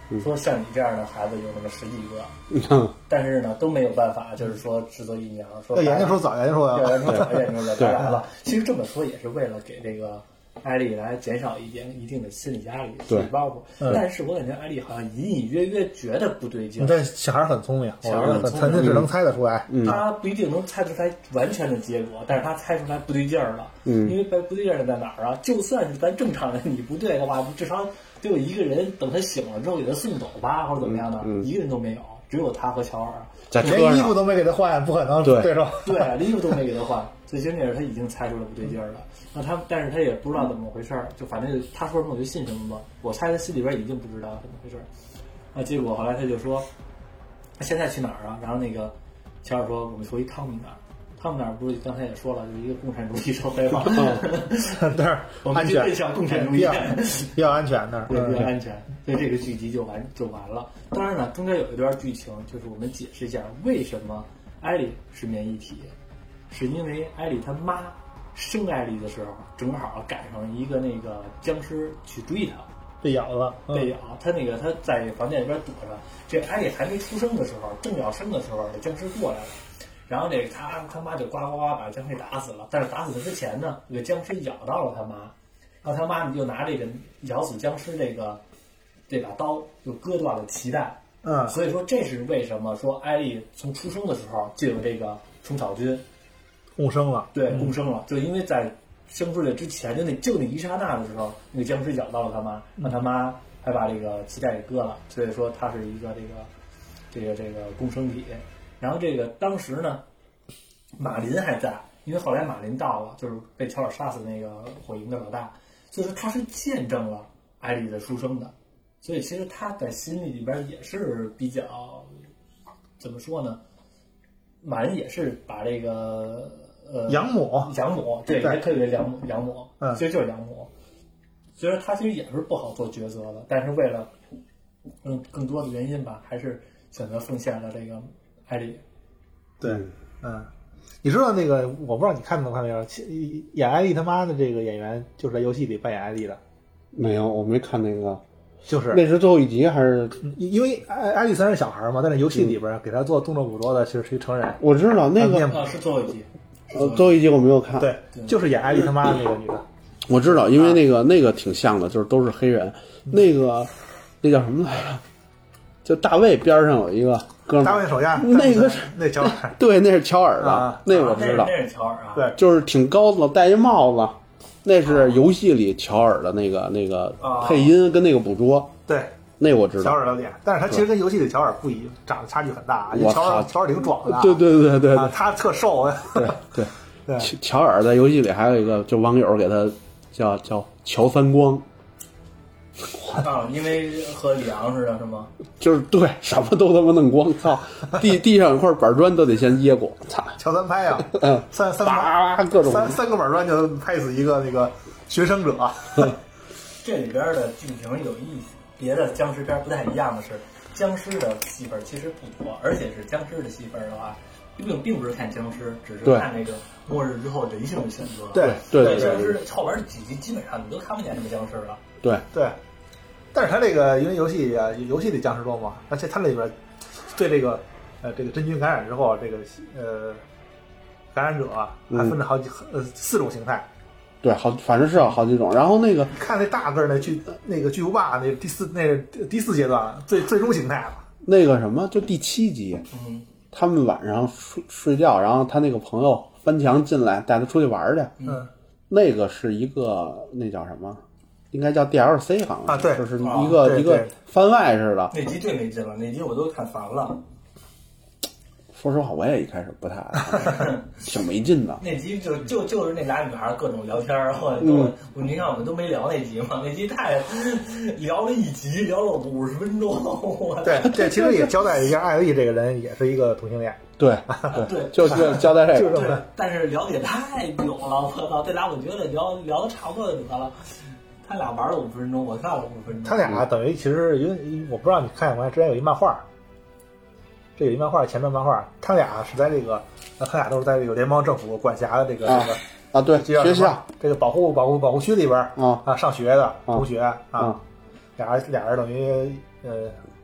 说像你这样的孩子有那么十几个，嗯、但是呢都没有办法，就是说制作疫苗，说要研究出早研究出来了， 要研究出早研究出来了。其实这么说也是为了给这个艾丽来减少一点一定的心理压力、心理包袱。嗯、但是我感觉艾丽好像隐隐约约觉得不对劲。 这小孩很聪明， 小孩很聪明， 他只能猜得出来。 嗯、 他不一定能猜出来完全的结果，但是他猜出来不对劲儿了。 嗯， 因为不对劲儿在哪儿啊？就算是咱正常人，你不对的话，至少得有一个人等他醒了之后给他送走吧，或者怎么样的，嗯、一个人都没有，只有他和乔尔。 连衣服都没给他换，不可能对对吧？ 对，连衣服都没给他换，所以其实那是他已经猜出了不对劲儿了。那他，但是他也不知道怎么回事儿，就反正他说什么我就信什么吧。我猜他心里边已经不知道怎么回事儿。那结果后来他就说，现在去哪儿啊？然后那个乔尔说我们回汤米那儿。汤米那儿不是刚才也说了，就是一个共产主义社会嘛， 但是我们就向共产主义比较安全的， 对，比较安全，所以这个剧集就完就完了。当然了，中间有一段剧情，就是我们解释一下为什么艾莉是免疫体，是因为艾莉她妈生艾莉的时候，正好赶上一个那个僵尸去追她， 被咬了， 嗯、被咬。她那个她在房间里边躲着，这艾莉还没出生的时候，正要生的时候，这僵尸过来了。然后这个他他妈就呱呱呱把僵尸打死了，但是打死他之前呢，这个僵尸咬到了他妈，然后他妈就拿这个咬死僵尸这个这把刀就割断了脐带， 嗯， 所以说这是为什么说艾丽从出生的时候就有这个虫草菌共生了， 对，共生了，就因为在生出来之前就那就那一刹那的时候，那个僵尸咬到了他妈，让他妈还把这个脐带给割了，所以说他是一个这个这个这个共生体。然后这个当时呢，马林还在，因为后来马林到了，就是被乔尔杀死那个火营的老大，所以说他是见证了艾莉的出生的，所以其实他在心里里边也是比较怎么说呢？马林也是把这个呃养母， 养母对，也可以为养母养母， 嗯， 其实就是养母。所以说他其实也是不好做抉择的，但是为了嗯更多的原因吧，还是选择奉献了这个艾莉。 对，嗯，你知道那个，我不知道你看没看没有？演艾莉他妈的这个演员就是在游戏里扮演艾莉的。 没有，我没看那个。 就是那是最后一集还是？ 因为艾艾莉虽然是小孩嘛，但是游戏里边给他做动作捕捉的其实是一成人。 我知道那个啊，是最后一集。 呃，最后一集我没有看。 对，就是演艾莉他妈的那个女的。 我知道，因为那个、啊、那个挺像的，就是都是黑人。那个那叫什么来着？就大卫边上有一个哥们， 大卫手下那个是那乔尔， 对，那是乔尔的， 啊、 那我知道， 那是乔尔啊， 对， 就是挺高的，戴一帽子，那是游戏里乔尔的那个那个配音跟那个捕捉， 对， 那我知道。 乔尔的脸，但是他其实跟游戏里乔尔不一，长得差距很大， 我乔尔乔尔挺壮的， 对对对对对， 啊、他特瘦， 对对对， 乔尔在游戏里还有一个，就网友给他叫叫乔三光。 啊，因为和李昂似的，是吗？ 就是对，什么都他妈弄光，操！地地上有块板砖都得先掖过，操！ 乔三拍啊， 嗯， 三三叭各种三三个板砖就拍死一个那个学生者。 这里边的剧情有意思，别的僵尸片不太一样的是，僵尸的戏份其实不多，而且是僵尸的戏份的话，并并不是看僵尸，只是看那个末日之后人性的选择。 对对对， 僵尸后边几集基本上你都看不见什么僵尸了。 对对。但是他这个因为游戏啊，游戏里僵尸多嘛，而且他里边对这个呃这个真菌感染之后，这个呃感染者啊还分了好几、嗯、呃四种形态。 对，好，反正是有好几种。然后那个看那大个儿那巨那个巨无霸那第四那第四阶段最最终形态了。 那个什么，就第七集， 嗯， 他们晚上睡睡觉，然后他那个朋友翻墙进来带他出去玩去。 嗯， 那个是一个那叫什么？应该叫 D L C 好像啊，对， 就是一个、 啊、 一个番外似的。 那集最没劲了，那集我都看烦了。 说实话，我也一开始不太爱看，挺没劲的。 那集就就就是那俩女孩各种聊天，后来跟我，嗯、你看我们都没聊那集嘛，那集太聊了一集，聊了五十分钟。 对，这其实也交代一下，艾丽这个人也是一个同性恋。 对对， 就是交代这个。 对，但是聊的也太久了，我操！这俩我觉得聊聊的差不多就得了。他俩玩了五分钟，我看了五分钟。 他俩等于其实因为我不知道你看没，之前有一漫画，这有一漫画前传漫画，他俩是在这个，他俩都是在这个联邦政府管辖的这个、 啊、 这个啊，对，学校这个保护保护保护区里边啊啊上学的同学啊， 啊俩人俩人等于呃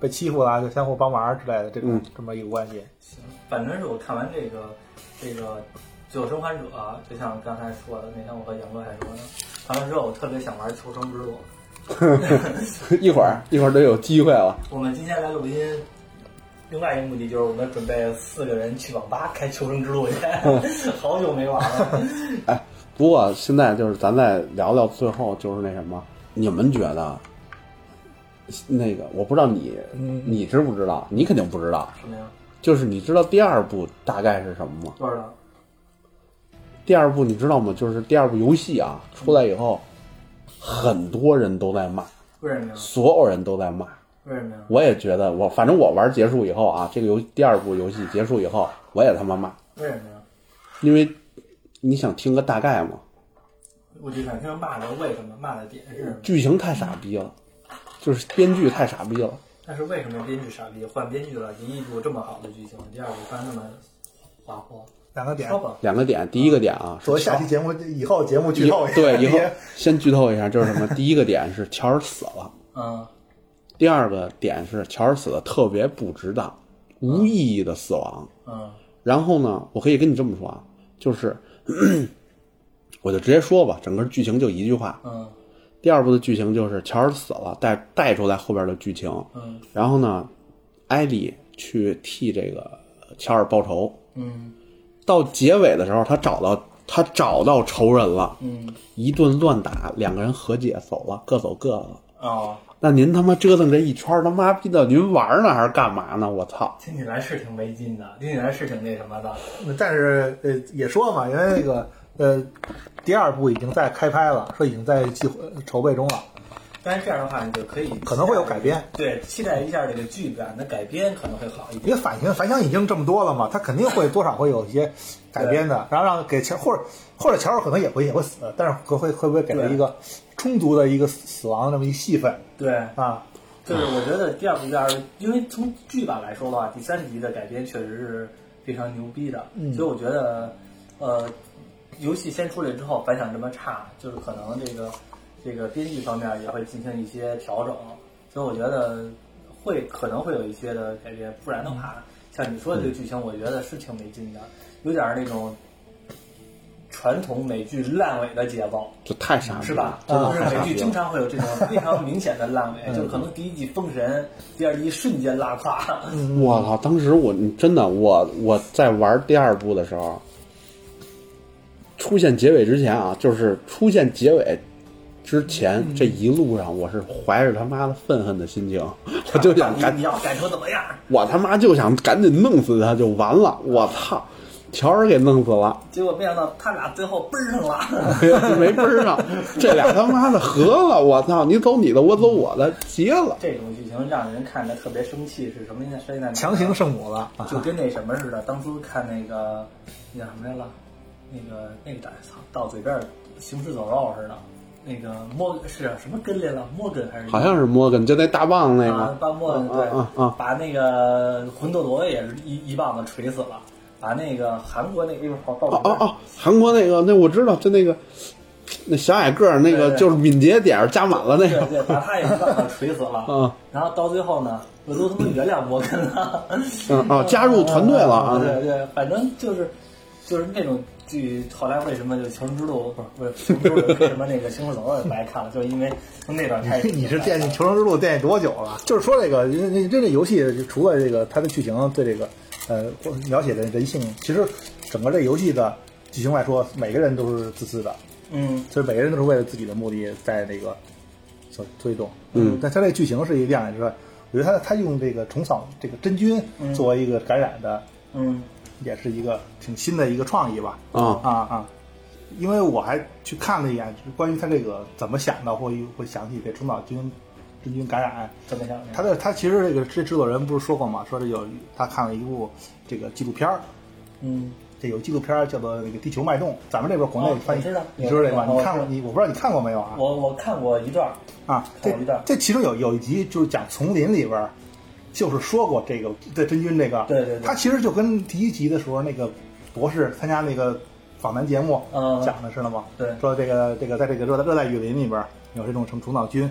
被欺负了就相互帮忙之类的这种、嗯、这么一个关系。 行，反正是我看完这个这个《最后生还者》，就像刚才说的，那天我和杨哥还说呢，看完之后我特别想玩《求生之路》。 一会儿一会儿都有机会了。 我们今天来录音，另外一个目的就是我们准备四个人去网吧开求生之路去，好久没玩了。 哎，不过现在就是咱再聊聊最后就是那什么，你们觉得那个我不知道你、嗯、你知不知道？你肯定不知道。 什么呀？ 就是你知道第二部大概是什么吗？ 不知道。 第二部你知道吗？就是第二部游戏啊出来以后。很多人都在骂， 为什么呀？ 所有人都在骂， 为什么呀？ 我也觉得我，反正我玩结束以后啊，这个游第二部游戏结束以后，我也他妈骂。 为什么呀？ 因为你想听个大概吗？ 我就想听骂的为什么，骂的点是什么？ 剧情太傻逼了，就是编剧太傻逼了。 但是为什么编剧傻逼？换编剧了，第一部这么好的剧情，第二部翻那么滑坡。 两个点， 两个点。第一个点啊， 说下期节目以后节目剧透一下。 对，以后先剧透一下，就是什么？第一个点是乔尔死了， 嗯。 第二个点是乔尔死的特别不值当，无意义的死亡， 嗯。 然后呢，我可以跟你这么说啊，就是我就直接说吧，整个剧情就一句话， 嗯。 第二部的剧情就是乔尔死了，带带出来后边的剧情， 嗯。 然后呢，艾莉去替这个乔尔报仇， 嗯。 到结尾的时候，他找到他找到仇人了， 嗯， 一顿乱打，两个人和解走了，各走各的。 哦， 那您他妈折腾这一圈，他妈逼的，您玩呢还是干嘛呢？我操！ 听起来是挺没劲的，听起来是挺那什么的。 但是呃，也说嘛，因为那个呃，第二部已经在开拍了，说已经在计筹备中了。 但是这样的话，你就可以可能会有改编， 对，期待一下这个剧版的改编可能会好一点。 因为反响反响已经这么多了嘛，他肯定会多少会有一些改编的，然后让给乔或者或者乔尔可能也会也会死，但是会会会不会给了一个充足的一个死亡这么一戏份？ 对啊， 就是我觉得第二部第二，因为从剧版来说的话，第三集的改编确实是非常牛逼的， 嗯、 所以我觉得呃，游戏先出来之后反响这么差，就是可能这个。这个编剧方面也会进行一些调整，所以我觉得会可能会有一些的改变，不然的话，像你说的这个剧情，我觉得是挺没劲的，有点那种传统美剧烂尾的节奏， 就太傻了， 是吧？就是美剧经常会有这种非常明显的烂尾，就是可能第一季封神，第二季瞬间拉胯。 我操！当时我真的我我在玩第二部的时候，出现结尾之前啊，就是出现结尾。之前这一路上，我是怀着他妈的愤恨的心情，我就想赶你要改成怎么样？ 我他妈就想赶紧弄死他就完了。我操，乔尔给弄死了， 结果没想到他俩最后奔上了， 没奔上，这俩他妈的合了。我操，你走你的，我走我的，结了。 这种剧情让人看着特别生气，是什么呢？谁呢？ 强行圣母了， 就跟那什么似的。当初看那个那叫什么来了？那个那个操，到嘴边行尸走肉似的。那个摩是什么根来了？摩根还是好像是摩根，就那大棒那个， 啊、把摩根对， 啊啊啊、 把那个魂斗罗也是一一棒子锤死了，把那个韩国那个好到哦哦哦，韩国那个那我知道，就那个那小矮个儿那个就是敏捷点加满了那个， 对对，把他也一棒子锤死了， 嗯， 然后到最后呢，我都他妈原谅摩根了， 嗯哦，加入团队了啊， 对对，反正就是就是那种。剧后来为什么就《求生之路》不是不是《求生之路》为什么那个《行尸走肉》也不爱看了？就是因为从那段开始。 你是惦记《求生之路》惦记多久了？就是说这个，因为这这游戏除了这个它的剧情对这个呃描写的人性，其实整个这游戏的剧情来说，每个人都是自私的， 嗯， 就是每个人都是为了自己的目的在那个所推动， 嗯， 但它这剧情是一样，就是说我觉得他他用这个重扫这个真菌作为一个感染的， 嗯。 也是一个挺新的一个创意吧， 啊啊啊！因为我还去看了一眼，关于他这个怎么想的，或会想起这重蹈菌真菌感染怎么想的？ 他的他其实这个这制作人不是说过吗？说是有他看了一部这个纪录片儿， 嗯， 这有纪录片儿叫做那个《地球脉动》，咱们这边国内翻译， 哦、知道， 你知道这个吗？你看过你我不知道你看过没有啊？ 我我看过一段啊，这这其中有有一集就是讲丛林里边。就是说过这个对真菌这个， 对对对， 他其实就跟第一集的时候那个博士参加那个访谈节目讲的是了吗？ 对， 说这个这个在这个热热带雨林里边有这种重重蹈菌，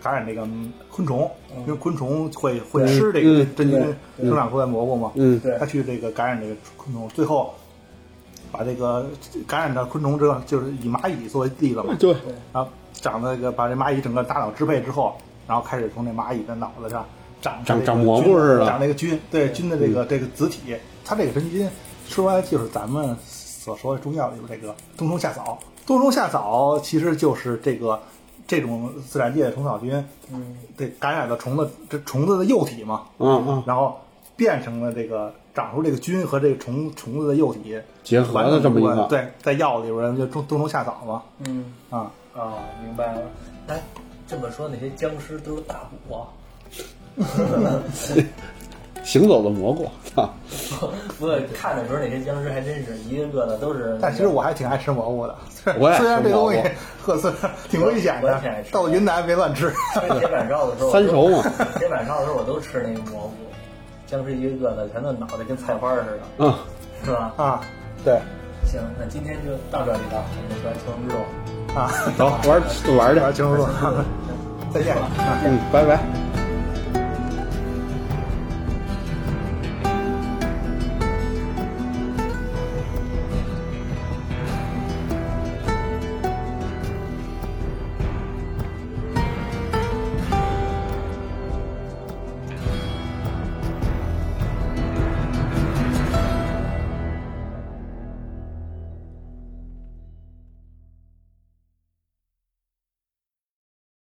感染这个昆虫，因为昆虫会会吃这个真菌生长出来蘑菇嘛， 嗯， 对， 他去这个感染这个昆虫，最后把这个感染的昆虫之后，就是以蚂蚁作为例子嘛， 对， 然后长那个把这蚂蚁整个大脑支配之后，然后开始从这蚂蚁的脑子上长长长蘑菇似的， 长那个菌，对菌的这个、嗯、这个子体，它这个真菌说白了就是咱们所说的中药里边这个冬虫夏草。冬虫夏草其实就是这个这种自然界的虫草菌，嗯，这感染了虫子这虫子的幼体嘛， 嗯嗯， 然后变成了这个长出这个菌和这个虫虫子的幼体结合的这么一个， 对，在药里边就冬冬虫夏草嘛， 嗯啊啊，明白了。哎，这么说那些僵尸都是大补啊。 行走的蘑菇啊！ 不过看的时候那些僵尸还真是一个个的都是。 但其实我还挺爱吃蘑菇的， 我也虽然这个东西呵色挺危险的，到云南别乱吃。 铁板烧的时候， 三熟嘛。 铁板烧的时候我都吃那个蘑菇，僵尸一个个的全都脑袋跟菜花似的， 嗯， 是吧？ 啊，对。 行，那今天就到这里了，我们说求生之路啊， 走玩玩去， 玩求生之路，再见， 嗯，拜拜。